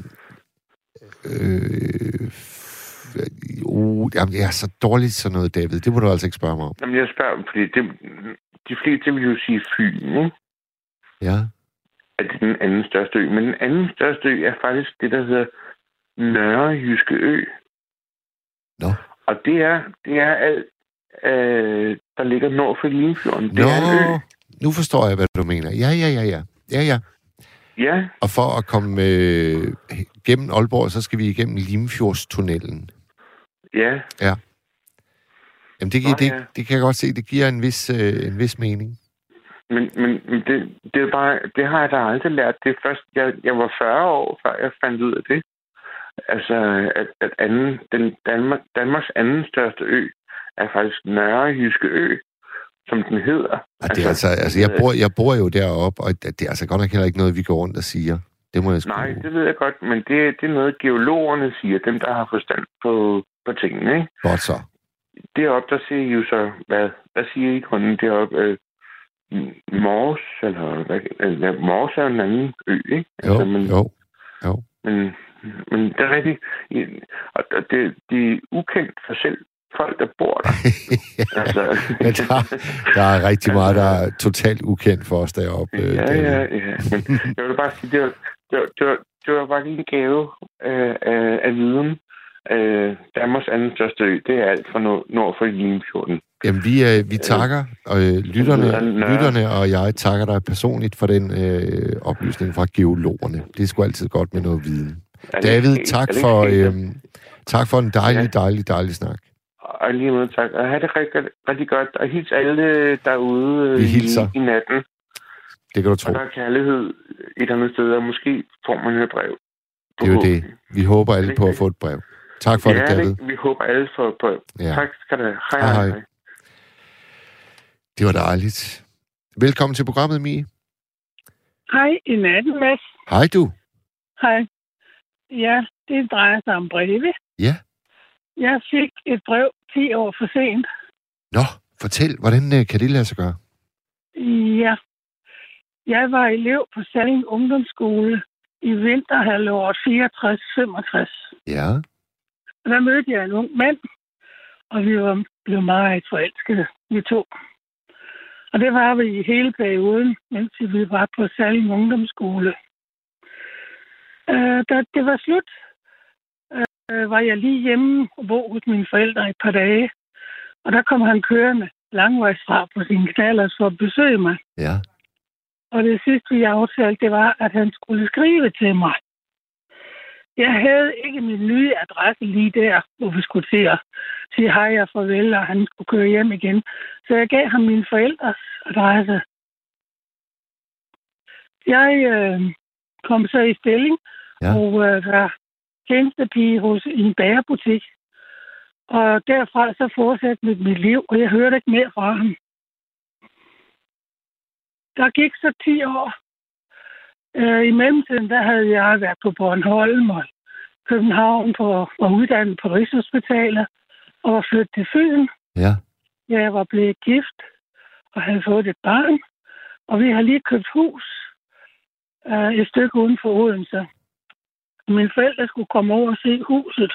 øh, uh, jamen, jeg er så dårligt sådan noget, David. Det må du altså ikke spørge mig om. Jamen, jeg spørger, fordi det, de fleste vil jo sige Fyn, ikke? Ja. At det er den anden største ø. Men den anden største ø er faktisk det, der hedder Nørrejyske Ø. Nå. Og det er, det er alt, øh, der ligger nord for Limfjorden. Det Nå, er en ø. Nu forstår jeg, hvad du mener. Ja, ja, ja, ja. Ja, ja. Ja. Og for at komme øh, gennem Aalborg, så skal vi igennem Limfjordstunnelen. Ja. Ja. Jamen, det, Nå, det, ja. det kan jeg godt se, det giver en vis, øh, en vis mening. Men, men det, det, er bare, det har jeg da aldrig lært. Det er først, jeg, jeg var fyrre år, før jeg fandt ud af det. Altså, at, at anden, den Danmark, Danmarks anden største ø er faktisk Nørrejyske Ø, som den hedder. Ja, det er altså, altså jeg, bor, jeg bor jo deroppe, og det er altså godt nok heller ikke noget, vi går rundt og siger. Det må jeg sgu... Nej, det ved jeg godt, men det, det er noget, geologerne siger, dem, der har forstand på, på tingene, ikke? Godt så. Deroppe, der siger I jo så, hvad, hvad siger I grunden deroppe? Øh, Mors, eller hvad? Eller, Mors er en anden ø, ikke? Jo, altså, men, jo, jo. Men, men det er rigtigt. Og det, det er ukendt for selv folk, der bor der. ja, altså, men der, der er rigtig meget, der er totalt ukendt for os deroppe. Ja, ja, ja. Men jeg vil bare sige, det var, det var, det var, det var bare lige en gave øh, af, af viden. Øh, Danmarks anden største ø, det er alt fra nord, nord for Limfjorden. Jamen, vi, øh, vi takker, og øh, lytterne, lytterne og jeg takker dig personligt for den øh, oplysning fra geologerne. Det er sgu altid godt med noget viden. David, tak for, øh, tak for en dejlig, dejlig, dejlig snak. Og lige med tak. Og have det rigtig, rigtig godt. Og hils alle derude vi hilser. I, i natten. Det kan du tro. Og der er kærlighed et andet sted, og måske får man et brev. Det er jo det. Vi håber alle på at få et brev. Tak for ja, det, David. Det, vi håber alle får et brev. Ja. Tak skal du have. Hej, hej, hej. Det var dejligt. Velkommen til programmet, Mie. Hej, i natten, Mads. Hej, du. Hej. Ja, det drejer sig om breve. Ja. Jeg fik et brev ti år for sent. Nå, fortæl, hvordan uh, kan det lade sig gøre? Ja. Jeg var elev på Salling Ungdomsskole i vinterhalvåret fireogtres femogtres. Ja. Og der mødte jeg en ung mand, og vi var blevet meget forelskede, vi to. Og det var vi i hele perioden, mens vi var på Salling Ungdomsskole. Uh, da det var slut, uh, var jeg lige hjemme og bo hos mine forældre et par dage. Og der kom han kørende langvejs fra på sin knallert for at besøge mig. Ja. Og det sidste, vi aftalte, det var, at han skulle skrive til mig. Jeg havde ikke min nye adresse lige der, hvor vi skulle til at sige hej og farvel, og han skulle køre hjem igen. Så jeg gav ham min forældres adresse. Jeg øh, kom så i stilling, ja. og øh, var tjenestepige hos i en bagerbutik. Og derfra så fortsatte mit, mit liv, og jeg hørte ikke mere fra ham. Der gik så ti år. Øh, I mellemtiden, der havde jeg været på Bornholm og København på, og uddannet på Rigshospitalet og var flyttet til Fyn. Ja. Jeg var blevet gift og havde fået et barn. Og vi har lige købt hus øh, et stykke uden for Odense. Mine forældre skulle komme over og se huset.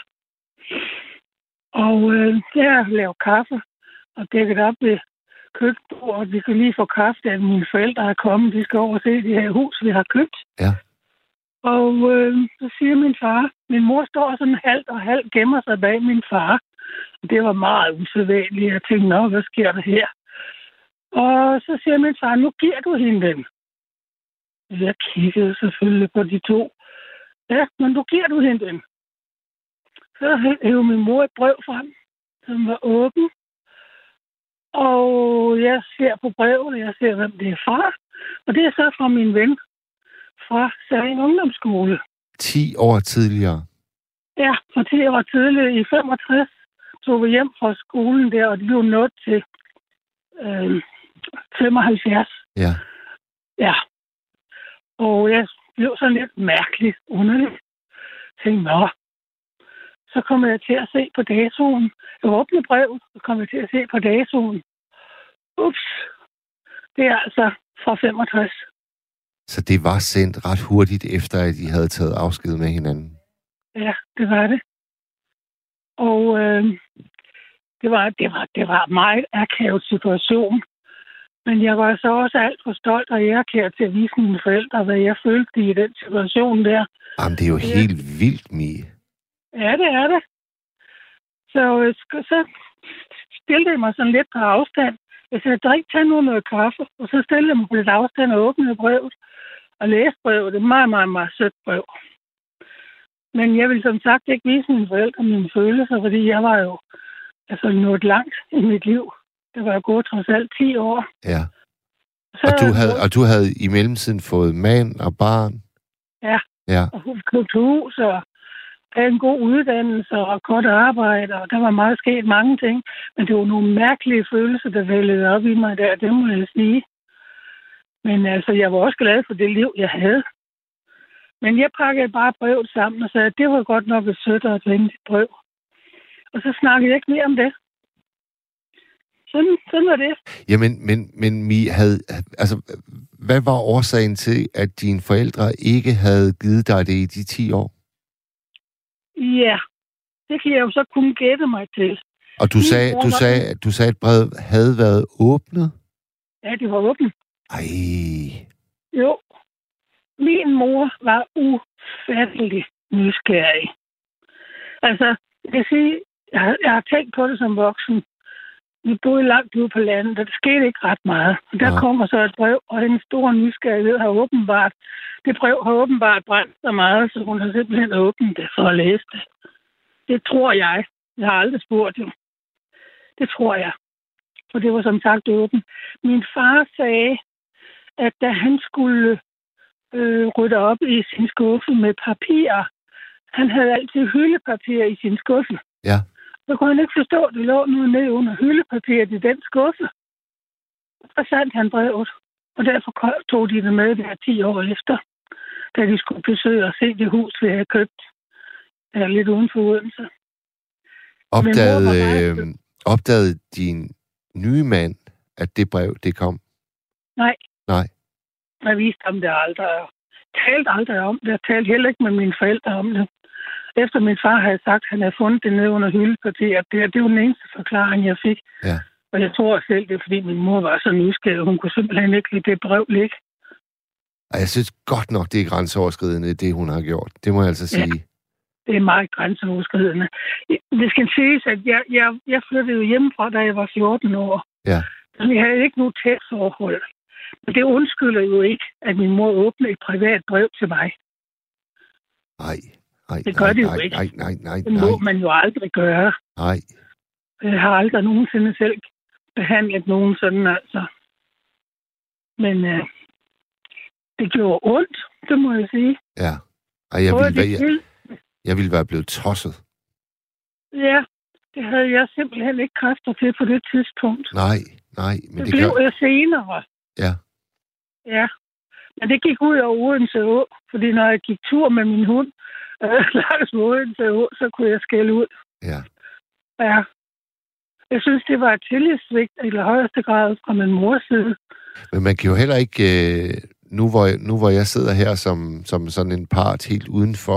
Og øh, jeg lavede kaffe og dækket op ved køkkenbordet. Vi kan lige få kaffe, at mine forældre er kommet. De skal over og se det her hus, vi har købt. Ja. Og øh, så siger min far, min mor står sådan halvt og halvt gemmer sig bag min far. Og det var meget usædvanligt. Jeg tænkte, nå, hvad sker der her? Og så siger min far, nu giver du hende den. Jeg kiggede selvfølgelig på de to. Ja, men nu giver du hende den. Så hævde min mor et brev frem, som var åben. Og jeg ser på brevet, og jeg ser, hvem det er fra. Og det er så fra min ven fra Salling Ungdomsskole. ti år tidligere? Ja, for ti år tidligere. I femogtres tog vi hjem fra skolen der, og det blev nået til øh, femoghalvfjerds. Ja. Ja. Og jeg blev sådan lidt mærkeligt underligt. Jeg tænkte, nå. Så kommer jeg til at se på datoen. Jeg åbnede brevet, så kom jeg til at se på datoen. Ups. Det er altså fra femogtres. Så det var sendt ret hurtigt efter, at I havde taget afsked med hinanden? Ja, det var det. Og øh, det, var, det, var, det var en meget akavet situation. Men jeg var så også alt for stolt og ærekæret til at vise mine forældre, hvad jeg følte i den situation der. Jamen, det er jo ja. helt vildt, Mie. Ja, det er det. Så, så stillede jeg mig sådan lidt på afstand. Jeg sagde, drik, tag nu noget kaffe. Og så stillede jeg mig på lidt afstand og åbnede brevet. og læste brevet. Det er meget, meget, meget sødt brev. Men jeg vil som sagt ikke vise mine forældre mine følelser, fordi jeg var jo altså nået langt i mit liv. Det var jo gået trods alt ti år. Ja. Så, og, du havde, og du havde i mellemtiden fået mand og barn? Ja. Ja. Og hun købte hus og havde en god uddannelse og godt arbejde, og der var meget sket mange ting. Men det var nogle mærkelige følelser, der vældede op i mig der, det må jeg sige. Men altså, jeg var også glad for det liv, jeg havde. Men jeg pakkede bare brevet sammen og sagde, at det var godt nok et sødt og et venligt brev. Og så snakkede jeg ikke mere om det. Sådan, sådan var det. Jamen, men, men Mi havde, altså, hvad var årsagen til, at dine forældre ikke havde givet dig det i de ti år? Ja, det kan jeg jo så kun gætte mig til. Og du sagde, du sagde, du sagde, at brevet havde været åbnet? Ja, det var åbent. Ej. Jo. Min mor var ufattelig nysgerrig. Altså, jeg kan sige, jeg har, jeg har tænkt på det som voksen. Vi boede langt ude på landet, og det skete ikke ret meget. Og der ja. kommer så et brev, og en stor nysgerrighed har åbenbart, det brev har åbenbart brændt så meget, så hun har simpelthen åbnet det for at læse det. Det tror jeg. Jeg har aldrig spurgt jo. Det tror jeg. For det var som sagt åbent. Min far sagde, at da han skulle øh, rydde op i sin skuffe med papirer, han havde altid hyldepapirer i sin skuffe. Ja. Så kunne han ikke forstå, at det lå noget ned under hyldepapiret i den skuffe. Så sandt han brevet, og derfor tog de det med der ti år efter, da de skulle besøge og se det hus, vi havde købt der lidt uden for Odense. Opdagede, meget... øh, opdagede din nye mand, at det brev, det kom? Nej. Nej. Jeg viste ham det aldrig. Jeg talte aldrig om det. Jeg talte heller ikke med mine forældre om det. Efter min far havde sagt, at han havde fundet det nede under hyldepapiret, det, det var den eneste forklaring, jeg fik. Ja. Og jeg tror selv, det er, fordi min mor var så nysgerrig. Hun kunne simpelthen ikke lide det brev ligge. Og jeg synes godt nok, det er grænseoverskridende, det hun har gjort. Det må jeg altså sige. Ja, det er meget grænseoverskridende. Det skal siges, at jeg, jeg, jeg flyttede jo hjemmefra, da jeg var fjorten år. Ja. Så jeg havde ikke nogen tæt forhold. Men det undskylder jo ikke, at min mor åbnede et privat brev til mig. Nej. Nej, det gør nej, det jo nej, ikke. Nej, nej, nej, det må man jo aldrig gøre. Nej. Jeg har aldrig nogensinde selv behandlet nogen sådan, altså. Men øh, det gjorde ondt, det må jeg sige. Ja. Ej, jeg, ville være, jeg, jeg ville være blevet tosset. Ja, det havde jeg simpelthen ikke kræfter til på det tidspunkt. Nej, nej. Men det, det blev kan... jeg senere. Ja. Ja. Men det gik ud over Odense Å, fordi når jeg gik tur med min hund, øh, langs Odense Å, så kunne jeg skælde ud. Ja. Ja. Jeg synes, det var et tillidssvigt i højeste grad fra min mors side. Men man kan jo heller ikke, øh, nu, hvor jeg, nu hvor jeg sidder her som, som sådan en part helt udenfor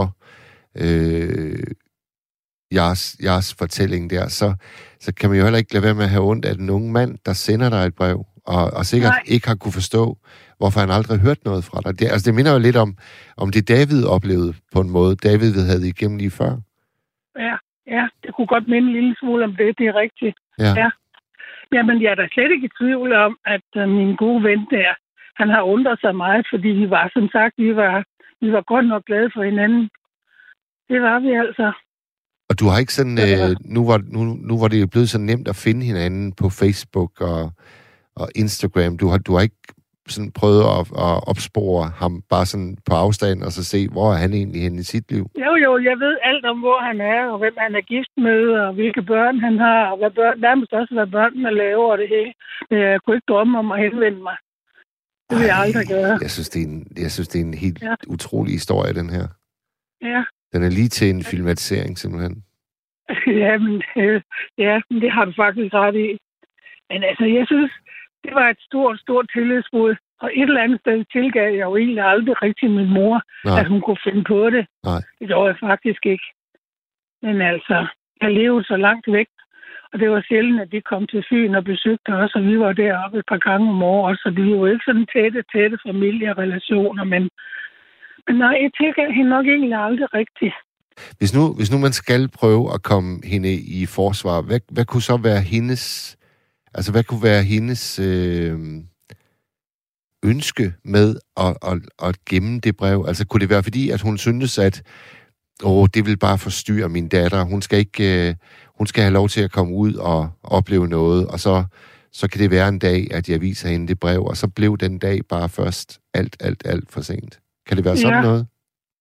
øh, jeres, jeres fortælling der, så, så kan man jo heller ikke lade være med at have ondt af den unge mand, der sender dig et brev, og, og sikkert Nej. ikke har kunne forstå, hvorfor han aldrig hørt noget fra dig. Det, altså, det minder jo lidt om, om det David oplevede på en måde. David havde igennem lige før. Ja, ja, det kunne godt minde en lille smule om det, det er rigtigt. Ja. ja. Jamen, jeg er da slet ikke i tvivl om, at uh, min gode ven der, han har undret sig meget, fordi vi var, som sagt, vi var, vi var godt nok glade for hinanden. Det var vi altså. Og du har ikke sådan, ja. øh, nu, var, nu, nu var det jo blevet så nemt at finde hinanden på Facebook og, og Instagram. Du har, du har ikke sådan prøvet at, at opspore ham bare sådan på afstand, og så se, hvor er han egentlig henne i sit liv? Jo, jo, jeg ved alt om, hvor han er, og hvem han er gift med, og hvilke børn han har, og hvad børn, nærmest også, hvad børnene laver, og det hele. Men jeg kunne ikke drømme om at henvende mig. Det vil Ej, jeg aldrig gøre. Jeg synes, det er en, jeg synes, det er en helt ja. utrolig historie, den her. Ja. Den er lige til en filmatisering, simpelthen. ja, men, øh, ja, men det har du faktisk ret i. Men altså, jeg synes, det var et stort, stort tillidsbrud. Og et eller andet sted tilgav jeg jo egentlig aldrig rigtig min mor, Nej. at hun kunne finde på det. Nej. Det gjorde jeg faktisk ikke. Men altså, jeg levede så langt væk, og det var sjældent, at de kom til Fyn og besøgte os, og vi var deroppe et par gange om året, så det var jo ikke sådan tætte, tætte familierelationer, men, men nej, jeg tilgav hende nok egentlig aldrig rigtigt. Hvis nu, hvis nu man skal prøve at komme hende i forsvar, hvad, hvad kunne så være hendes, altså hvad kunne være hendes... Øh... ønske med at, at, at gemme det brev? Altså, kunne det være fordi, at hun syntes, at åh, det vil bare forstyrre min datter. Hun skal ikke, øh, hun skal have lov til at komme ud og opleve noget, og så, så kan det være en dag, at jeg viser hende det brev, og så blev den dag bare først alt, alt, alt for sent. Kan det være sådan Ja. noget?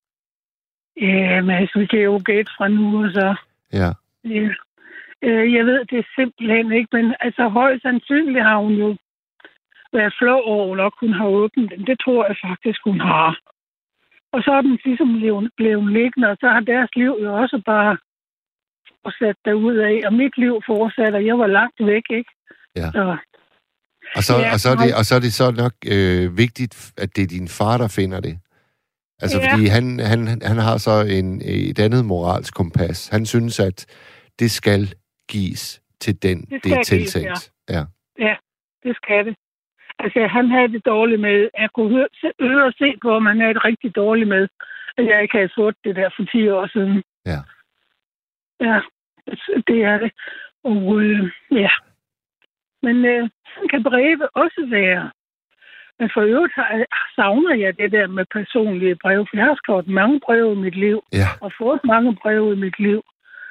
Ja, men altså, vi kan jo gætte fra nu, så... Ja. Ja. Øh, Jeg ved det simpelthen ikke, men altså højst sandsynligt har hun jo været flov over, nok hun har åbnet den. Det tror jeg faktisk, hun har. Og så er den ligesom blevet, blevet liggende, og så har deres liv jo også bare fortsat derudad. Og mit liv fortsatte, og jeg var langt væk, ikke? Ja. Så, Og så, Ja, og, så er det, nej. og så er det så nok øh, vigtigt, at det er din far, der finder det. Altså, Ja. fordi han, han, han har så en, et andet moralsk kompas. Han synes, at det skal gives til den, det, det er skal gives, tiltænkt. Ja. ja, det skal det. Altså, han havde det dårligt med. Jeg kunne høre, se- høre og se på, om han havde det rigtig dårligt med, at jeg ikke havde fået det der for ti år siden. Ja. Ja, det er det. Og øh, ja. Men øh, sådan kan breve også være. Men for øvrigt har, savner jeg det der med personlige breve, for jeg har skrevet mange breve i mit liv, Ja. og fået mange breve i mit liv.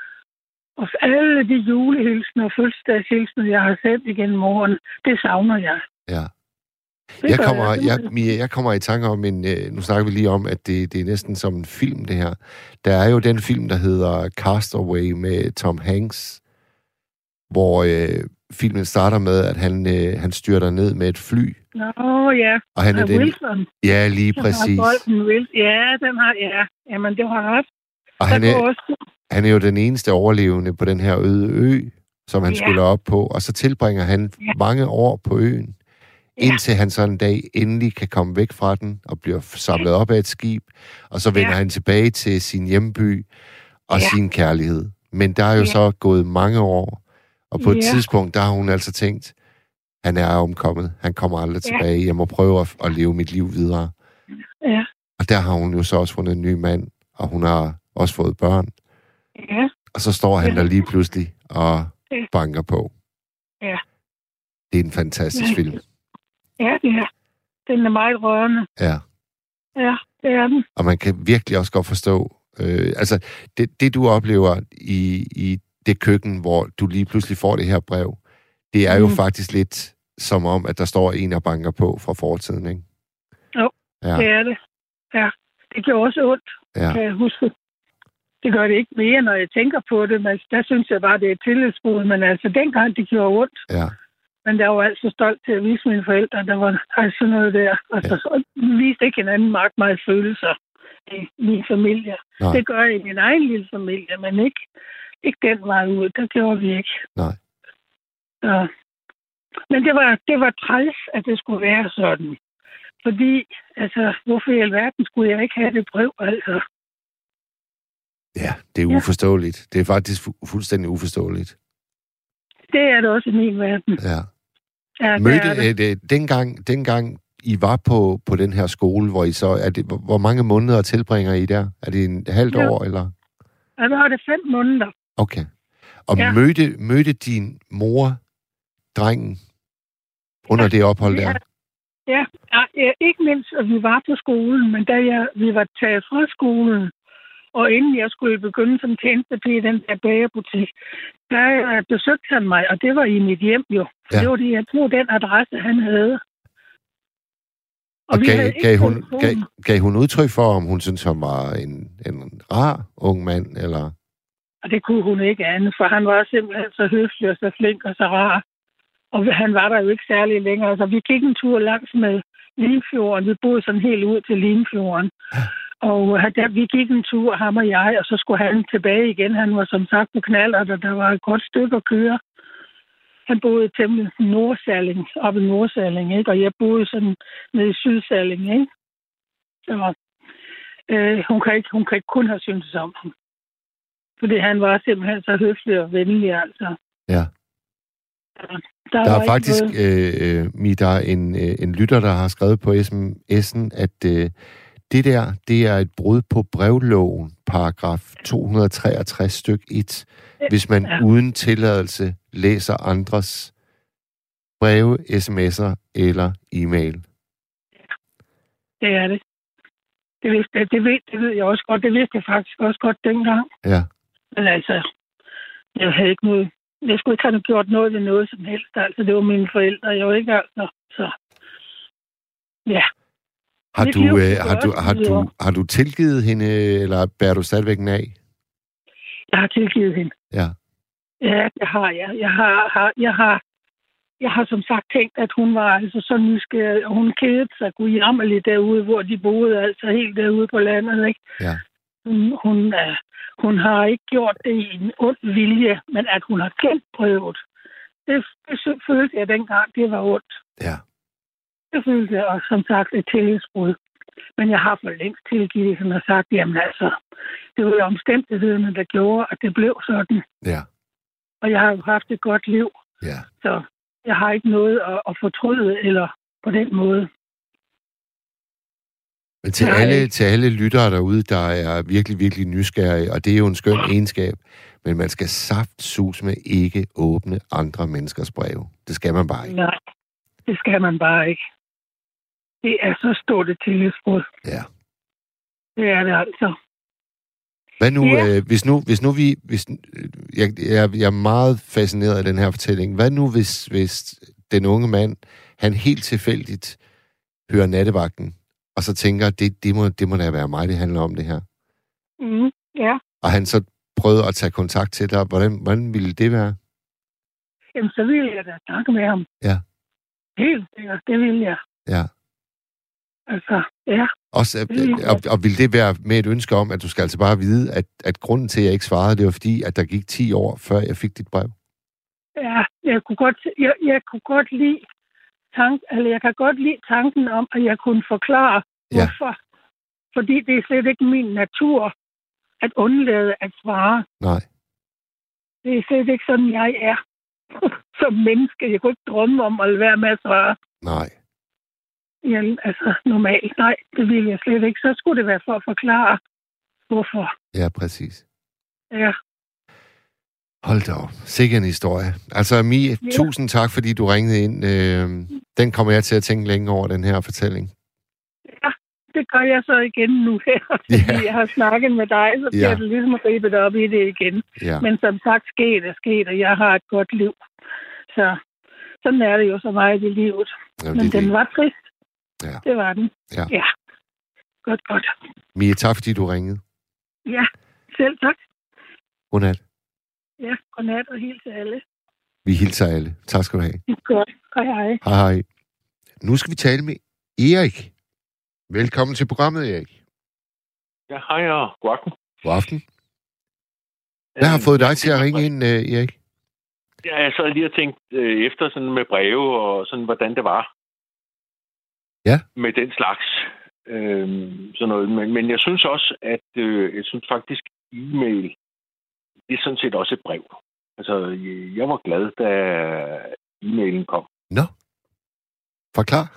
Og alle de julehilsner og fødselsdagshilsner, jeg har sendt igennem morgen, det savner jeg. Ja. Det Jeg gør kommer, jeg. jeg, Mia, jeg kommer i tanke om, en, øh, nu snakker vi lige om, at det, det er næsten som en film, det her. Der er jo den film, der hedder Castaway med Tom Hanks, hvor øh, filmen starter med, at han, øh, han styrter ned med et fly. Nå ja, Og han er og den... Wilson. Ja, lige Den præcis. har bolden, Wilson. Ja, den har, ja. Jamen, det har haft. Og han Der går er, også, han er jo den eneste overlevende på den her øde ø, som han Ja. skulle op på. Og så tilbringer han Ja. mange år på øen, Ja. indtil han så en dag endelig kan komme væk fra den og bliver samlet op af et skib. Og så vender Ja. han tilbage til sin hjemby og Ja. sin kærlighed. Men der er jo Ja. så gået mange år, og på et Ja. tidspunkt, der har hun altså tænkt, han er omkommet. Han kommer aldrig Ja. tilbage. Jeg må prøve at, at leve mit liv videre. ja, Og der har hun jo så også fundet en ny mand, og hun har også fået børn. ja, Og så står han Ja. der lige pludselig og Ja. banker på. Ja. Det er en fantastisk Ja. film. ja, det er. Den er meget rørende. Ja. Ja, det er den. Og man kan virkelig også godt forstå, øh, altså det, det du oplever i, i det køkken, hvor du lige pludselig får det her brev, det er jo Mm. faktisk lidt som om, at der står en og banker på fra fortiden, ikke? Jo, Ja, det er det. Ja, det gjorde også ondt, ja, kan jeg huske. Det gør det ikke mere, når jeg tænker på det, men der synes jeg bare, det er et tillidsbrud. Men altså, dengang det gjorde ondt, ja, men der var altså stolt til at vise mine forældre, der var altså noget der. Altså, så viste ikke hinanden meget, meget følelser i min familie. Nej. Det gør jeg i min egen lille familie, men ikke, ikke den vej ud. Der gjorde vi ikke. nej. Så. Men det var, det var træls, at det skulle være sådan. Fordi, altså, hvorfor i alverden skulle jeg ikke have det brev, altså? Ja, det er Ja. uforståeligt. Det er faktisk fu- fuldstændig uforståeligt. Det er det også i min verden. Ja. Ja, det Mødte, er det. øh, det, dengang, dengang I var på, på den her skole, hvor I så, er det, hvor, hvor mange måneder tilbringer I der? Er det en halvt Ja. år, eller? Ja, der var det fem måneder. Okay. Og Ja. mødte, mødte din mor drengen under Ja. det ophold der? Ja. Ja, ja, ikke mindst, at vi var på skolen, men da jeg, vi var taget fra skolen, og inden jeg skulle begynde som tjenestepige i den der bagerbutik, der øh, besøgte han mig, og det var i mit hjem jo. Ja. Det var det, jeg tror, den adresse, han havde. Og vi gav, havde ikke gav, hun, telefon. gav, gav hun udtryk for, om hun synes, han var en, en rar ung mand, eller? Og det kunne hun ikke andet, for han var simpelthen så høflig og så flink og så rar. Og han var der jo ikke særlig længere. Altså, vi gik en tur langs med Limfjorden. Vi boede sådan helt ud til Limfjorden. Og øh, der, vi gik en tur, ham og jeg, og så skulle han tilbage igen. Han var som sagt på knallert, og der var et godt stykke at køre. Han boede temmelig Nordsalling, oppe i Nordsalling, ikke? Og jeg boede sådan nede i Sydsalling, ikke? Så øh, hun, kan ikke, hun kan ikke kun have syntes om ham. Fordi han var simpelthen så høflig og venlig, altså. Ja. Der, Der var er ikke faktisk, noget- øh, Mi, der er en, øh, en lytter, der har skrevet på sms'en, at øh, det der, det er et brud på brevloven, paragraf to hundrede treogtres styk et, hvis man Ja. uden tilladelse læser andres breve, sms'er eller e-mail. Det er det. Det, vidste, det, ved, det ved jeg også godt. Det vidste jeg faktisk også godt dengang. Ja. Men altså, jeg havde ikke noget... Jeg skulle ikke have gjort noget ved noget som helst. Altså, det var mine forældre. Jeg var ikke altså... Så... Ja. Har du, øh, har, du, har, du, har du tilgivet hende, eller bærer du stadigvæk den af? Jeg har tilgivet hende. Ja. Ja, det har jeg. Jeg har, har, jeg har, jeg har som sagt tænkt, at hun var altså så nysgerrig, og hun kædede sig gudjammerligt derude, hvor de boede, altså helt derude på landet, ikke? Ja. Hun, hun, uh, hun har ikke gjort det i en ond vilje, men at hun har genprøvet. Det, det følte jeg dengang, det var ondt. Ja. Det følte jeg også, som sagt, et tillidsbrud. Men jeg har for længst tilgivet, som jeg har sagt, jamen altså, det var jo omstændighederne, der gjorde, at det blev sådan. Ja. Og jeg har jo haft et godt liv. Ja. Så jeg har ikke noget at, at fortryde, eller på den måde. Men til alle, til alle lyttere derude, der er virkelig, virkelig nysgerrige, og det er jo en skøn egenskab, men man skal saftsuseme ikke åbne andre menneskers breve. Det skal man bare ikke. Nej, det skal man bare ikke. Det er så stort et tillidsbrud. Ja. Det er det altså. Hvad nu, ja. øh, hvis nu, hvis nu vi, hvis, jeg, jeg, jeg er meget fascineret af den her fortælling. Hvad nu, hvis, hvis den unge mand, han helt tilfældigt hører Nattevagten, og så tænker, det, det, må, det må da være mig, det handler om det her. Mm, ja. Og han så prøvede at tage kontakt til dig. Hvordan, hvordan ville det være? Jamen, så ville jeg da snakke med ham. Ja. Helt sikkert, det ville jeg. Ja. Altså, ja. Også, og, og ville det være med et ønske om, at du skal altså bare vide, at, at grunden til, at jeg ikke svarede, det var fordi, at der gik ti år, før jeg fik dit brev? Ja, jeg kunne godt, jeg, jeg kunne godt lide tank, eller jeg kan godt lide tanken om, at jeg kunne forklare, ja. hvorfor. Fordi det er slet ikke min natur at undlade at svare. Nej. Det er slet ikke sådan, jeg er som menneske. Jeg kunne ikke drømme om at være med at svare. Nej. Ja, altså normalt. Nej, det ville jeg slet ikke. Så skulle det være for at forklare, hvorfor. Ja, præcis. Ja. Hold da op. Sikke en historie. Altså, Mie, ja. Tusind tak, fordi du ringede ind. Øh, den kommer jeg til at tænke længe over, den her fortælling. Ja, det gør jeg så igen nu her. Fordi ja. jeg har snakket med dig, så bliver ja. det ligesom ribet op i det igen. Ja. Men som sagt, sket er sket, og jeg har et godt liv. Så sådan er det jo så meget i livet. Jamen, Men den det. var trist. Ja. Det var den. Ja. ja. Godt, godt. Mie, tak fordi du ringede. Ja, selv tak. Godnat. Ja, godnat og hils til alle. Vi hilser alle. Tak skal du have. Godt. Hej, hej. Hej, hej. Nu skal vi tale med Erik. Velkommen til programmet, Erik. Ja, hej og god aften. God aften. Hvad har fået dig til at ringe ind, Erik? Ja, jeg sad lige og tænkt øh, efter sådan med breve og sådan, hvordan det var. Ja. Med den slags. Øh, sådan noget. Men, men jeg synes også, at øh, jeg synes faktisk, e-mail, det er sådan set også et brev. Altså, jeg var glad, da e-mailen kom. Nå. Forklar.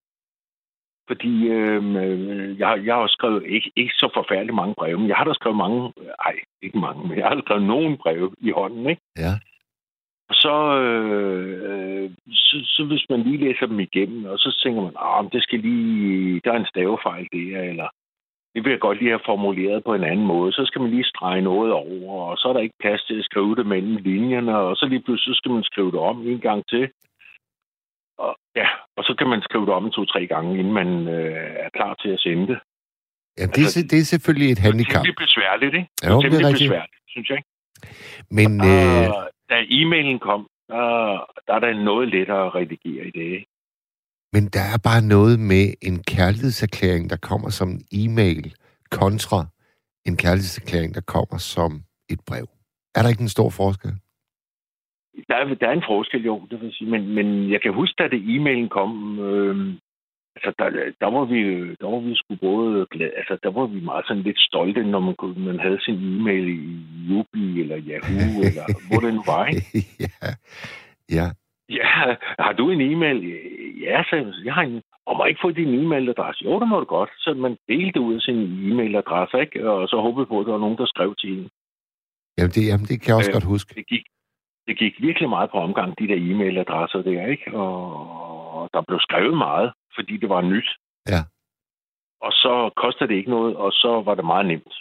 Fordi øh, jeg, jeg har skrevet ikke, ikke så forfærdeligt mange breve, men jeg har da skrevet mange, ej, ikke mange, men jeg har skrevet nogle breve i hånden, ikke? Ja. Og så, øh, så, så hvis man lige læser dem igennem, og så tænker man, ah, det skal lige, der er en stavefejl der, eller det vil jeg godt lige have formuleret på en anden måde. Så skal man lige strege noget over, og så er der ikke plads til at skrive det mellem linjerne, og så lige pludselig så skal man skrive det om en gang til. Og, ja, og så kan man skrive det om to-tre gange, inden man øh, er klar til at sende det. Ja, det, altså, det er selvfølgelig et handicap. Det er besværligt, ikke? Jo, det er det er rigtig besværligt, synes jeg. Men og, øh... da e-mailen kom, der, der er der noget lettere at redigere i det, ikke? Men der er bare noget med en kærlighedserklæring, der kommer som en e-mail, kontra en kærlighedserklæring, der kommer som et brev. Er der ikke en stor forskel? Der er, der er en forskel, jo, det vil sige. Men, men jeg kan huske, da det e-mailen kom, øh, altså der, der var vi, der var vi sgu både glade, altså der var vi meget sådan lidt stolte, når man, kunne, man havde sin e-mail i Yubi eller Yahoo, eller hvor det nu var, ikke? ja, ja. Ja, har du en e-mail? Ja, så jeg har en. Og må ikke få din e-mailadresse? Jo, det må du godt. Så man delte ud af sin e-mailadresse, ikke? Og så håbede på, at der var nogen, der skrev til en. Jamen, det, jamen, det kan jeg også øh, godt huske. Det gik, det gik virkelig meget på omgang, de der e-mailadresser der, ikke? Og, og der blev skrevet meget, fordi det var nyt. Ja. og så koster det ikke noget, og så var det meget nemt.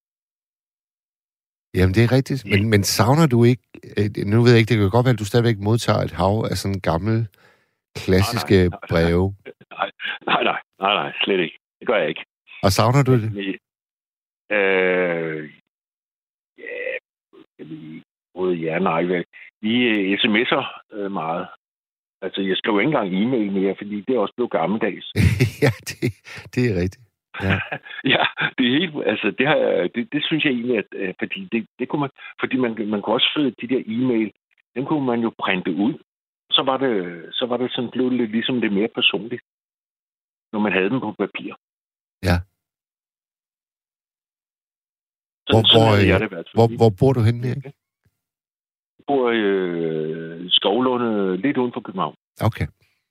Jamen, det er rigtigt. Men, men savner du ikke... Nu ved jeg ikke, det kan godt være, at du stadigvæk modtager et hav af sådan gamle, klassiske nej, nej, breve. Nej, nej, nej, nej, nej, slet ikke. Det gør jeg ikke. Og savner du det? Øh, ja, både ja og nej. Vi sms'er øh, meget. Altså, jeg skriver ikke engang e-mail mere, fordi det er også blevet gammeldags. Ja, det, det er rigtigt. Ja. Ja, det er helt, altså det har det, det synes jeg egentlig, at fordi det, det kunne man, fordi man, man kunne også føde de der e-mail, dem kunne man jo printe ud. Så var det, så var det sådan blevet lidt ligesom det mere personligt, når man havde dem på papir. Ja. Sådan, hvor, sådan hvor, jeg det været, hvor, hvor bor du henne, Erik? Jeg bor i øh, Skovlunde, lidt uden for København. Okay.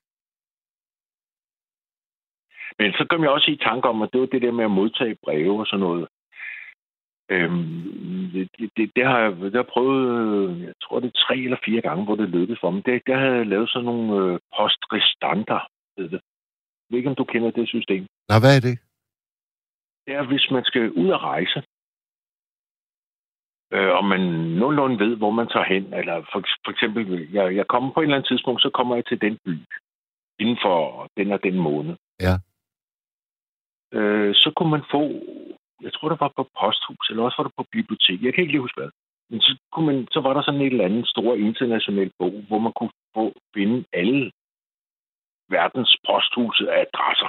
Men så kom jeg også i tanke om, at det var det der med at modtage breve og sådan noget. Øhm, det, det, det har jeg det har prøvet, jeg tror det er tre eller fire gange, hvor det lykkedes for mig. Det, der havde jeg lavet sådan nogle øh, postrestanter, ved det. Jeg ved ikke, om du kender det system. Nå, hvad er det? Det er, hvis man skal ud og rejse, øh, og man nogenlunde ved, hvor man tager hen. Eller for, for eksempel, jeg, jeg kommer på et eller andet tidspunkt, så kommer jeg til den by inden for den og den måned. Ja. Øh, så kunne man få, jeg tror, det var på posthus, eller også var det på bibliotek. Jeg kan ikke lige huske hvad. Men så, kunne man, så var der sådan et eller andet stor international bog, hvor man kunne få finde alle verdens posthuse af adresser.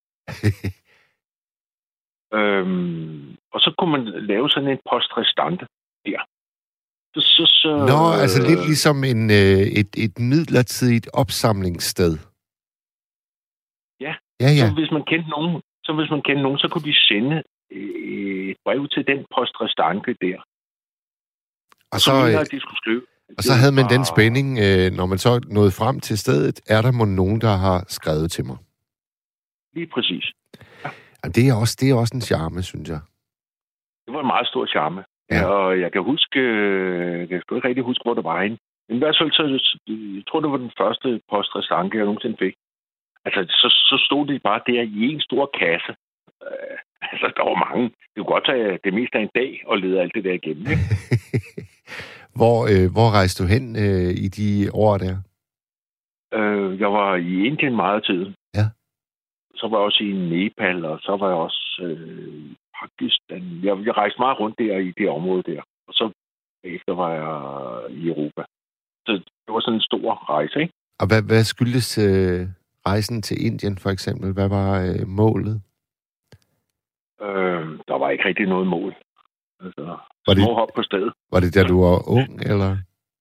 øhm, og så kunne man lave sådan en postrestante der. Så, så, så, Nå, altså lidt ligesom en, øh, et, et midlertidigt opsamlingssted. Ja. Ja, ja. Så hvis man kendte nogen, så hvis man kendte nogen, så kunne de sende et brev til den postrestante der. Og så, så mener, de skulle skrive. Og så havde man den spænding, øh, når man så nåede frem til stedet, er der måske nogen, der har skrevet til mig? Lige præcis. Ja. Og det er også, det er også en charme, synes jeg. Det var en meget stor charme. Ja. Og jeg kan huske, jeg kan ikke rigtig huske, hvor det var henne. Men i hvert fald, så, jeg tror, det var den første postrestante, jeg nogensinde fik. Altså, så, så stod det bare der i en stor kasse. Uh, altså, der var mange. Det kunne godt tage det meste af en dag og lede alt det der igennem, ikke? hvor, øh, hvor rejste du hen øh, i de år der? Uh, jeg var i Indien meget af tiden. Ja. Så var jeg også i Nepal, og så var jeg også øh, Pakistan. Jeg, jeg rejste meget rundt der i det område der. Og så efter var jeg i Europa. Så det var sådan en stor rejse, ikke? Og hvad, hvad skyldtes øh, rejsen til Indien, for eksempel? Hvad var øh, målet? Øh, der var ikke rigtig noget mål. Altså, var det, små hop på stedet. Var det da du var ung, eller?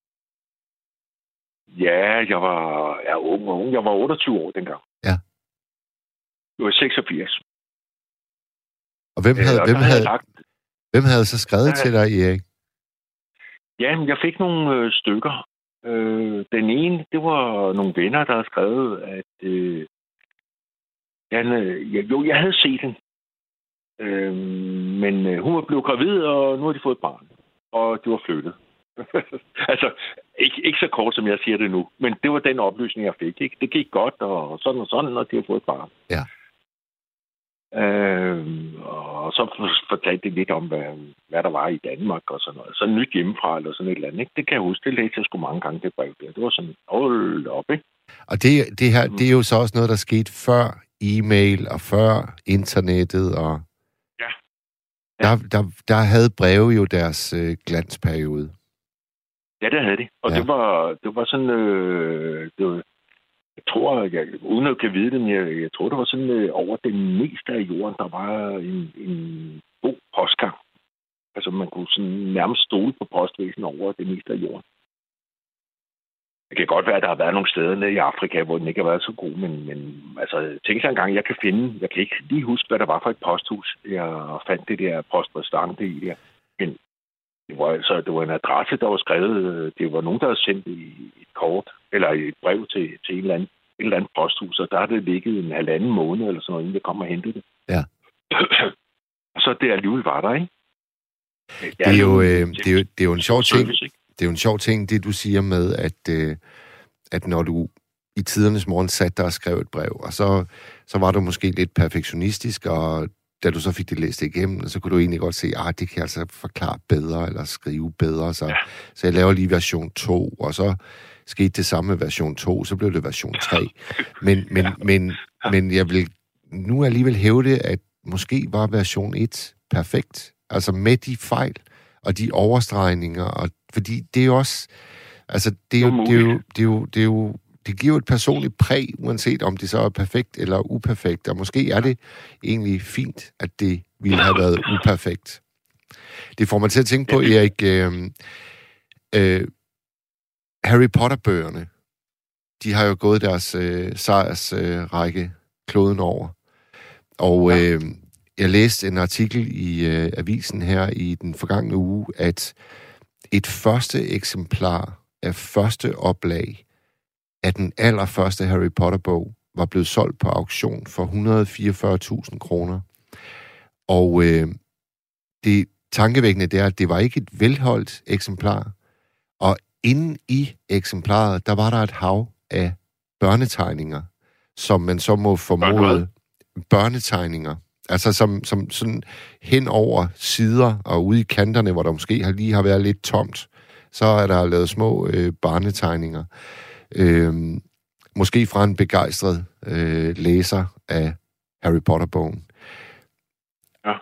Ja, jeg var ja, ung og ung. Jeg var otteogtyve år dengang. Ja. Jeg var seksogfirs. Og hvem havde, øh, og hvem havde, havde hvem havde så skrevet ja, til dig, Erik? Jamen, jeg fik nogle øh, stykker. Øh, den ene, det var nogle venner, der havde skrevet, at øh, han, øh, jeg, jo, jeg havde set den. Øh, men øh, hun var blevet gravid, og nu har de fået et barn. Og det var flyttet. altså, ikke, ikke så kort, som jeg siger det nu. Men det var den oplysning, jeg fik. Ikke? Det gik godt, og sådan og sådan, og de har fået et barn. Ja. Øh, og så fortalte det lidt om, hvad, hvad der var i Danmark og sådan noget. Så nyt hjemmefra eller sådan et eller andet. Ikke? Det kan jeg huske, det læste jeg sgu mange gange, det brev der. Det var sådan, hold op, ikke? Og det, det her, det er jo så også noget, der skete før e-mail og før internettet. Og ja. Ja. Der, der, der havde breve jo deres øh, glansperiode. Ja, det havde de. Og ja. det, var, det var sådan... Øh, det var, jeg tror, jeg, uden at jeg kan vide det, men jeg, jeg tror, det var sådan øh, over det meste af jorden, der var en, en god postgang. Altså, man kunne sådan nærmest stole på postvæsen over det meste af jorden. Det kan godt være, at der har været nogle steder nede i Afrika, hvor den ikke har været så god, men, men altså, tænk sig en gang, jeg kan finde, jeg kan ikke lige huske, hvad der var for et posthus. Jeg fandt det der postrestante i der. Men det var altså, det var en adresse, der var skrevet, det var nogen, der havde sendt et kort, eller et brev til, til en eller anden, et eller andet posthus, og der har det ligget en halvanden måned, eller sådan noget, inden det kom og hentede det. Ja. Så det alligevel var der, ikke? Det er, det er, jo, øh, det er, jo, det er jo en sjov ting. Det er jo en sjov ting, det du siger med, at, øh, at når du i tidernes morgen sat dig og skrev et brev, og så, så var du måske lidt perfektionistisk, og da du så fik det læst igennem, så kunne du egentlig godt se, at det kan jeg altså forklare bedre, eller skrive bedre, så, ja. så jeg laver lige version to, og så skete det samme med version to, så blev det version tre. Men, men, ja. men, men jeg vil nu alligevel hævde, at måske var version et perfekt, altså med de fejl, og de overstregninger, og fordi det er jo også, altså det er jo, det er jo, det er jo, det er jo det giver jo et personligt præg, uanset om det så er perfekt eller uperfekt. Og måske er det egentlig fint, at det ville have været uperfekt. Det får mig til at tænke på, Erik, øh, øh, Harry Potter-bøgerne, de har jo gået deres øh, sejrsrække øh, kloden over. Og øh, jeg læste en artikel i øh, avisen her i den forgangne uge, at et første eksemplar af første oplag at den allerførste Harry Potter-bog var blevet solgt på auktion for et hundrede og fireogfyrre tusind kroner. Og øh, det tankevækkende det er, at det var ikke et velholdt eksemplar. Og inde i eksemplaret, der var der et hav af børnetegninger, som man så må formode børnetegninger. Altså som, som sådan hen over sider og ude i kanterne, hvor der måske har lige har været lidt tomt, så er der lavet små øh, barnetegninger. Øh, måske fra en begejstret øh, læser af Harry Potter-bogen. Ja.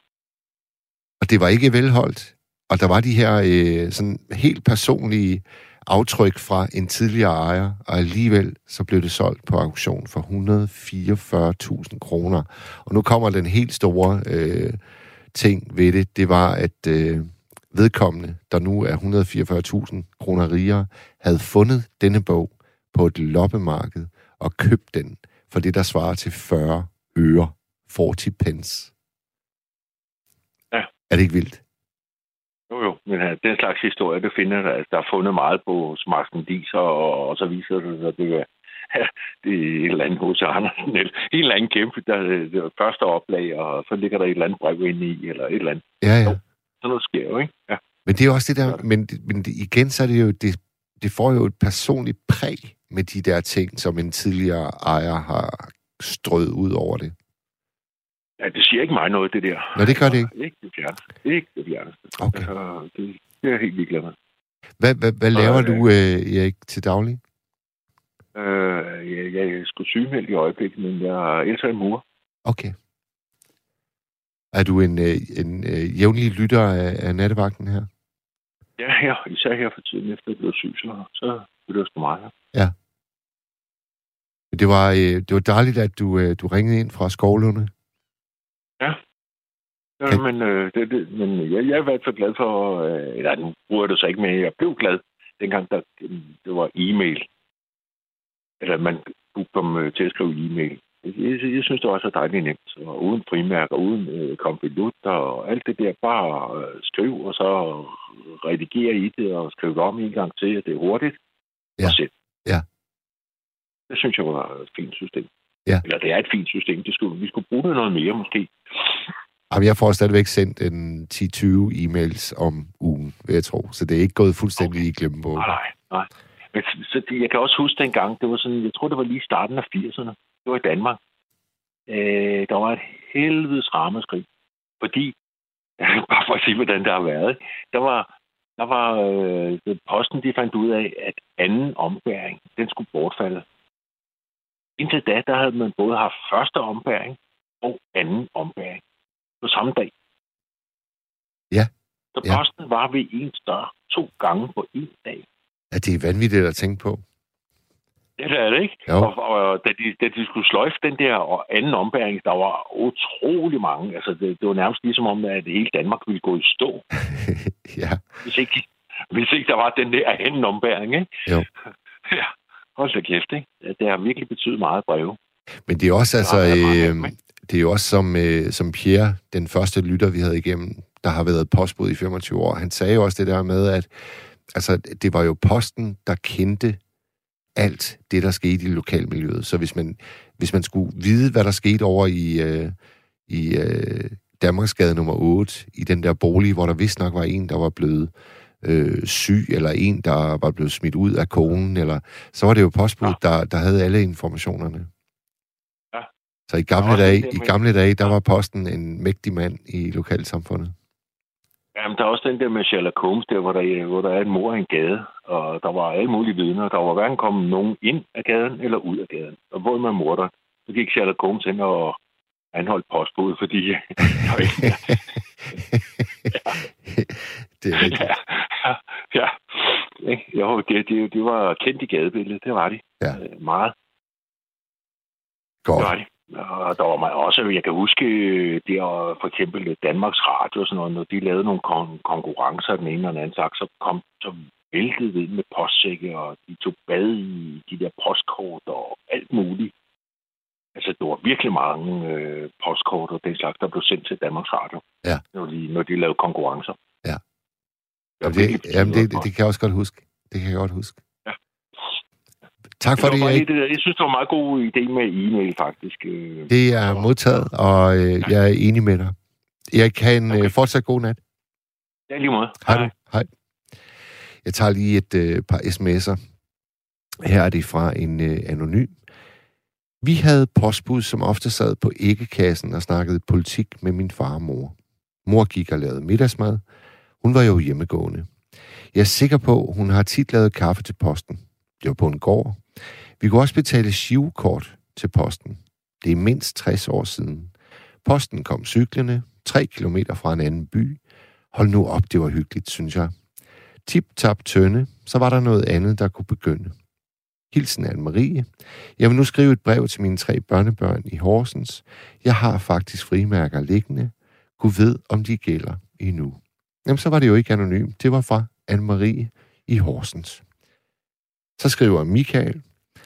Og det var ikke velholdt. Og der var de her øh, sådan helt personlige aftryk fra en tidligere ejer, og alligevel så blev det solgt på auktion for et hundrede og fireogfyrre tusind kroner. Og nu kommer den helt store øh, ting ved det. Det var, at øh, vedkommende, der nu er et hundrede og fireogfyrre tusind kroner rigere, havde fundet denne bog på et loppemarked og købt den for det, der svarer til fyrre øre, fyrre pence. Ja. Er det ikke vildt? Jo, jo, men uh, den slags historie, det finder der, der er fundet meget på smartsendiser, og, og så viser det sig, at det er, ja, det er et eller andet hos Andersen, eller en eller anden kæmpe, der det er første oplag, og så ligger der et eller andet brev inde i, eller et eller andet. Ja, ja. Jo, sådan noget sker jo, ikke? Ja. Men det er også det der, men, men det, igen så er det jo, det, det får jo et personligt præg med de der ting, som en tidligere ejer har strøget ud over det. Ja, det siger ikke mig noget, det der. Nå, det gør det ikke? Ikke det fjerneste. Ikke det fjerneste. Okay. Altså, det, det er jeg helt ligeglad med. Hvad, hvad, hvad laver du, øh, Erik, til daglig? Øh, jeg, jeg er sgu sygemeldt i øjeblikket, men jeg elsker en mur. Okay. Er du en, øh, en øh, jævnlig lytter af, af nattevagten her? Ja, ja, især her for tiden, efter jeg blev syg, så, så blev det sgu meget her. Ja. Det var, øh, det var dejligt, at du, øh, du ringede ind fra Skovlunde. Ja. Ja, kan... men, øh, det, det, men jeg, jeg er i hvert fald glad for, øh, eller nu bruger jeg det så ikke med, jeg blev glad, dengang der, det var e-mail. Eller man kom øh, til at skrive e-mail. Jeg, jeg, jeg synes, det var så dejligt nemt. Og uden frimærker, uden øh, kompillutter og alt det der. Bare øh, skrive, og så redigere i det, og skrive om en gang til, at det er hurtigt. Ja. Og sæt. Ja. Det synes jeg var et fint system. Ja. Eller det er et fint system. Det skulle, vi skulle bruge det noget mere, måske. Jamen, jeg får stadigvæk sendt en ti til tyve e-mails om ugen, vil jeg tro. Så det er ikke gået fuldstændig okay. i glemmebogen. Nej, nej, nej. Men så det, jeg kan også huske dengang, det var sådan, jeg tror, det var lige i starten af firserne. Det var i Danmark. Øh, der var et helvedes ramaskrig. Fordi, bare for at sige, hvordan det har været, der var, der var øh, posten, de fandt ud af, at anden ombæring, den skulle bortfalde. Indtil da, der havde man både haft første ombæring og anden ombæring på samme dag. Ja. Så ja. posten var ved en større to gange på en dag. Ja, det er vanvittigt at tænke på. Ja, det er det, ikke? Jo. Og, og da, de, da de skulle sløjfe den der anden ombæring, der var utrolig mange. Altså, det, det var nærmest ligesom om, at hele Danmark ville gå i stå. ja. Hvis ikke, hvis ikke der var den der anden ombæring, ikke? Jo. ja, hold da kæft, ikke? Det har virkelig betydet meget breve. Men det er også, altså... Øh, det er jo også som, øh, som Pierre, den første lytter, vi havde igennem, der har været postbud i femogtyve år. Han sagde jo også det der med, at altså, det var jo posten, der kendte alt det, der skete i lokalmiljøet. Så hvis man, hvis man skulle vide, hvad der skete over i, øh, i øh, Danmarksgade nummer otte, i den der bolig, hvor der vist nok var en, der var blevet øh, syg, eller en, der var blevet smidt ud af konen, eller så var det jo postbud, ja. der, der havde alle informationerne. Ja. Så i gamle, dage, i gamle dage, der var posten en mægtig mand i lokalsamfundet. Jamen, der er også den der med Sherlock Holmes, der, hvor der, hvor der er en mor i en gade, og der var alle mulige vidner. Der var hverken kommet nogen ind af gaden eller ud af gaden. Og hvor man morder, så gik Sherlock Holmes ind og anholdt postbud, fordi... ja. Det er rigtigt. Ja, ja. Jo, det, det, det var kendt i gadebilledet, det var de. Ja. Meget. Godt. Det var de. Og der var man også, jeg kan huske, der for eksempel Danmarks Radio og sådan noget, når de lavede nogle kon- konkurrencer den ene og den anden slags, så kom så væltede det med postsække, og de tog bad i de der postkort og alt muligt. Altså, det var virkelig mange øh, postkort og den slags, der blev sendt til Danmarks Radio, ja. når, de, når de lavede konkurrencer. Ja. Jamen, det, jamen det, det, det kan jeg også godt huske. Det kan jeg godt huske. Ja. Tak for det, det, Erik. det. Jeg synes, det var en meget god idé med e-mail, faktisk. Det er modtaget, og øh, jeg er enig med dig. Jeg kan okay. øh, fortsat god nat. Ja, lige måde. Hej. Hej. Hej. Jeg tager lige et øh, par sms'er. Her er det fra en øh, anonym. Vi havde postbud, som ofte sad på æggekassen og snakkede politik med min far og mor. Mor gik og lavede middagsmad. Hun var jo hjemmegående. Jeg er sikker på, at hun har tit lavet kaffe til posten. Det var på en gård. Vi kunne også betale shivkort til posten. Det er mindst tres år siden. Posten kom cyklende, tre kilometer fra en anden by. Hold nu op, det var hyggeligt, synes jeg. Tip-tap tønde, så var der noget andet, der kunne begynde. Hilsen Anne-Marie. Jeg vil nu skrive et brev til mine tre børnebørn i Horsens. Jeg har faktisk frimærker liggende. Gud ved, om de gælder endnu. Jamen, så var det jo ikke anonymt. Det var fra Anne-Marie i Horsens. Så skriver Michael.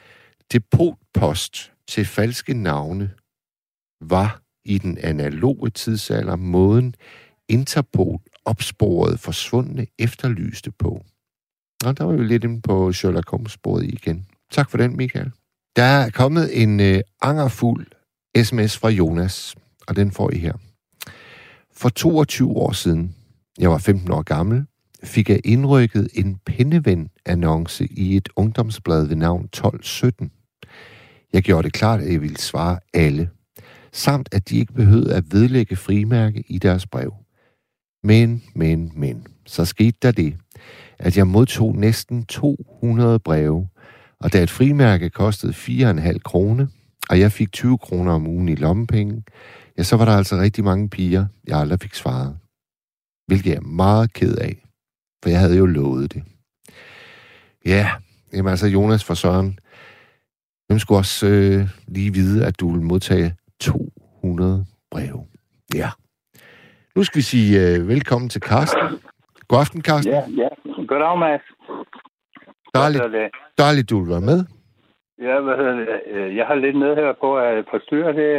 Depotpost til falske navne var i den analoge tidsalder måden Interpol opsporede forsvundne efterlyste på. Og der var vi lidt inde på Sherlock Holmes-sporet igen. Tak for den, Michael. Der er kommet en øh, angerfuld sms fra Jonas, og den får I her. For toogtyve år siden, jeg var femten år gammel, fik jeg indrykket en penneven-annonce i et ungdomsblad ved navn tolv sytten. Jeg gjorde det klart, at jeg ville svare alle, samt at de ikke behøvede at vedlægge frimærke i deres brev. Men, men, men, så skete der det, at jeg modtog næsten to hundrede breve, og da et frimærke kostede fire komma fem kroner, og jeg fik tyve kroner om ugen i lommepenge, ja, så var der altså rigtig mange piger, jeg aldrig fik svaret. Hvilket jeg er meget ked af, for jeg havde jo lovet det. Ja, jamen altså Jonas for Søren, hvem skulle også øh, lige vide, at du vil modtage to hundrede breve. Ja. Nu skal vi sige øh, velkommen til Carsten. God aften, Carsten. Ja, ja. Goddag, Mads. Dejligt, dejligt, du vil være med. Ja, hvad hedder det? Jeg har lidt med her på at forstyrre det.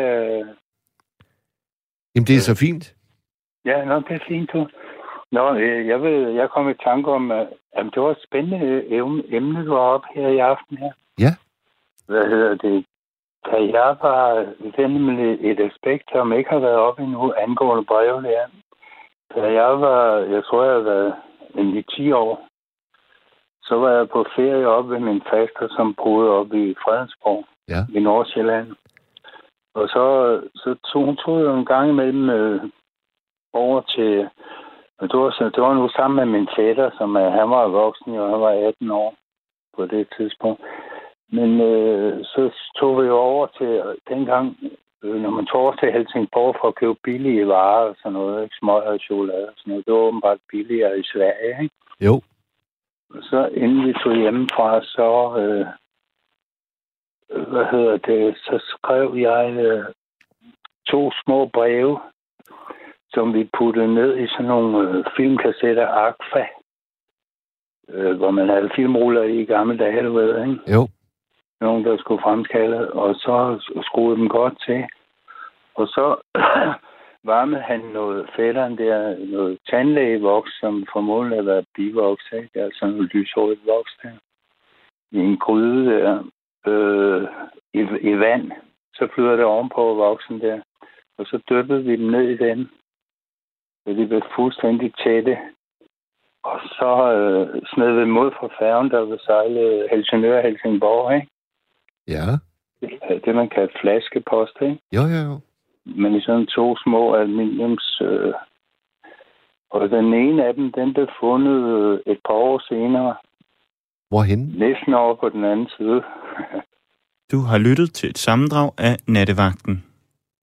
Jamen, det er så fint. Ja, nå, det er fint, du. Nå, jeg ved, jeg kom i tanke om, at det var et spændende emne, du var op her i aften her. Ja. Hvad hedder det? Da jeg var nemlig et aspekt, som ikke har været op endnu, angående brev der. Da jeg var, jeg tror, jeg har været i ti år, så var jeg på ferie op ved min faster, som boede oppe i Fredensborg, ja. i Nordsjælland. Og så, så tog hun tog jo en gang imellem øh, over til, og det var, så, det var nu sammen med min fætter, som er, han var voksen, og han var atten år på det tidspunkt. Men øh, så tog vi jo over til, dengang, øh, når man tog over til Helsingborg for at købe billige varer og sådan noget, ikke? Smøger og chokolade og sådan noget, det var åbenbart billigere i Sverige, ikke? Jo. Så inden vi tog hjemmefra, så, øh, hvad hedder det, så skrev jeg øh, to små breve, som vi puttede ned i sådan nogle øh, filmkassetter, Agfa, øh, hvor man havde filmruller i gamle dage, du ved, ikke? Jo. Nogen, der skulle fremkalde, og så skruede dem godt til. Og så varmede han noget fætteren der, noget tandlægevoks, som formodentlig har været bivoks, ikke? Altså noget lyshåret voks der. I en gryde der, øh, i, i vand. Så flyder det ovenpå voksen der. Og så dyppede vi dem ned i den. Så de blev fuldstændig tætte. Og så øh, smed vi mod fra færgen, der vil sejle Helsingør og Helsingborg, ikke? Ja. Det, man kalder flaskepost, ikke? Jo, jo, jo. Men i sådan to små aluminiums... Øh, og den ene af dem, den blev fundet et par år senere. Hvorhenne? Næsten over på den anden side. Du har lyttet til et sammendrag af Nattevagten.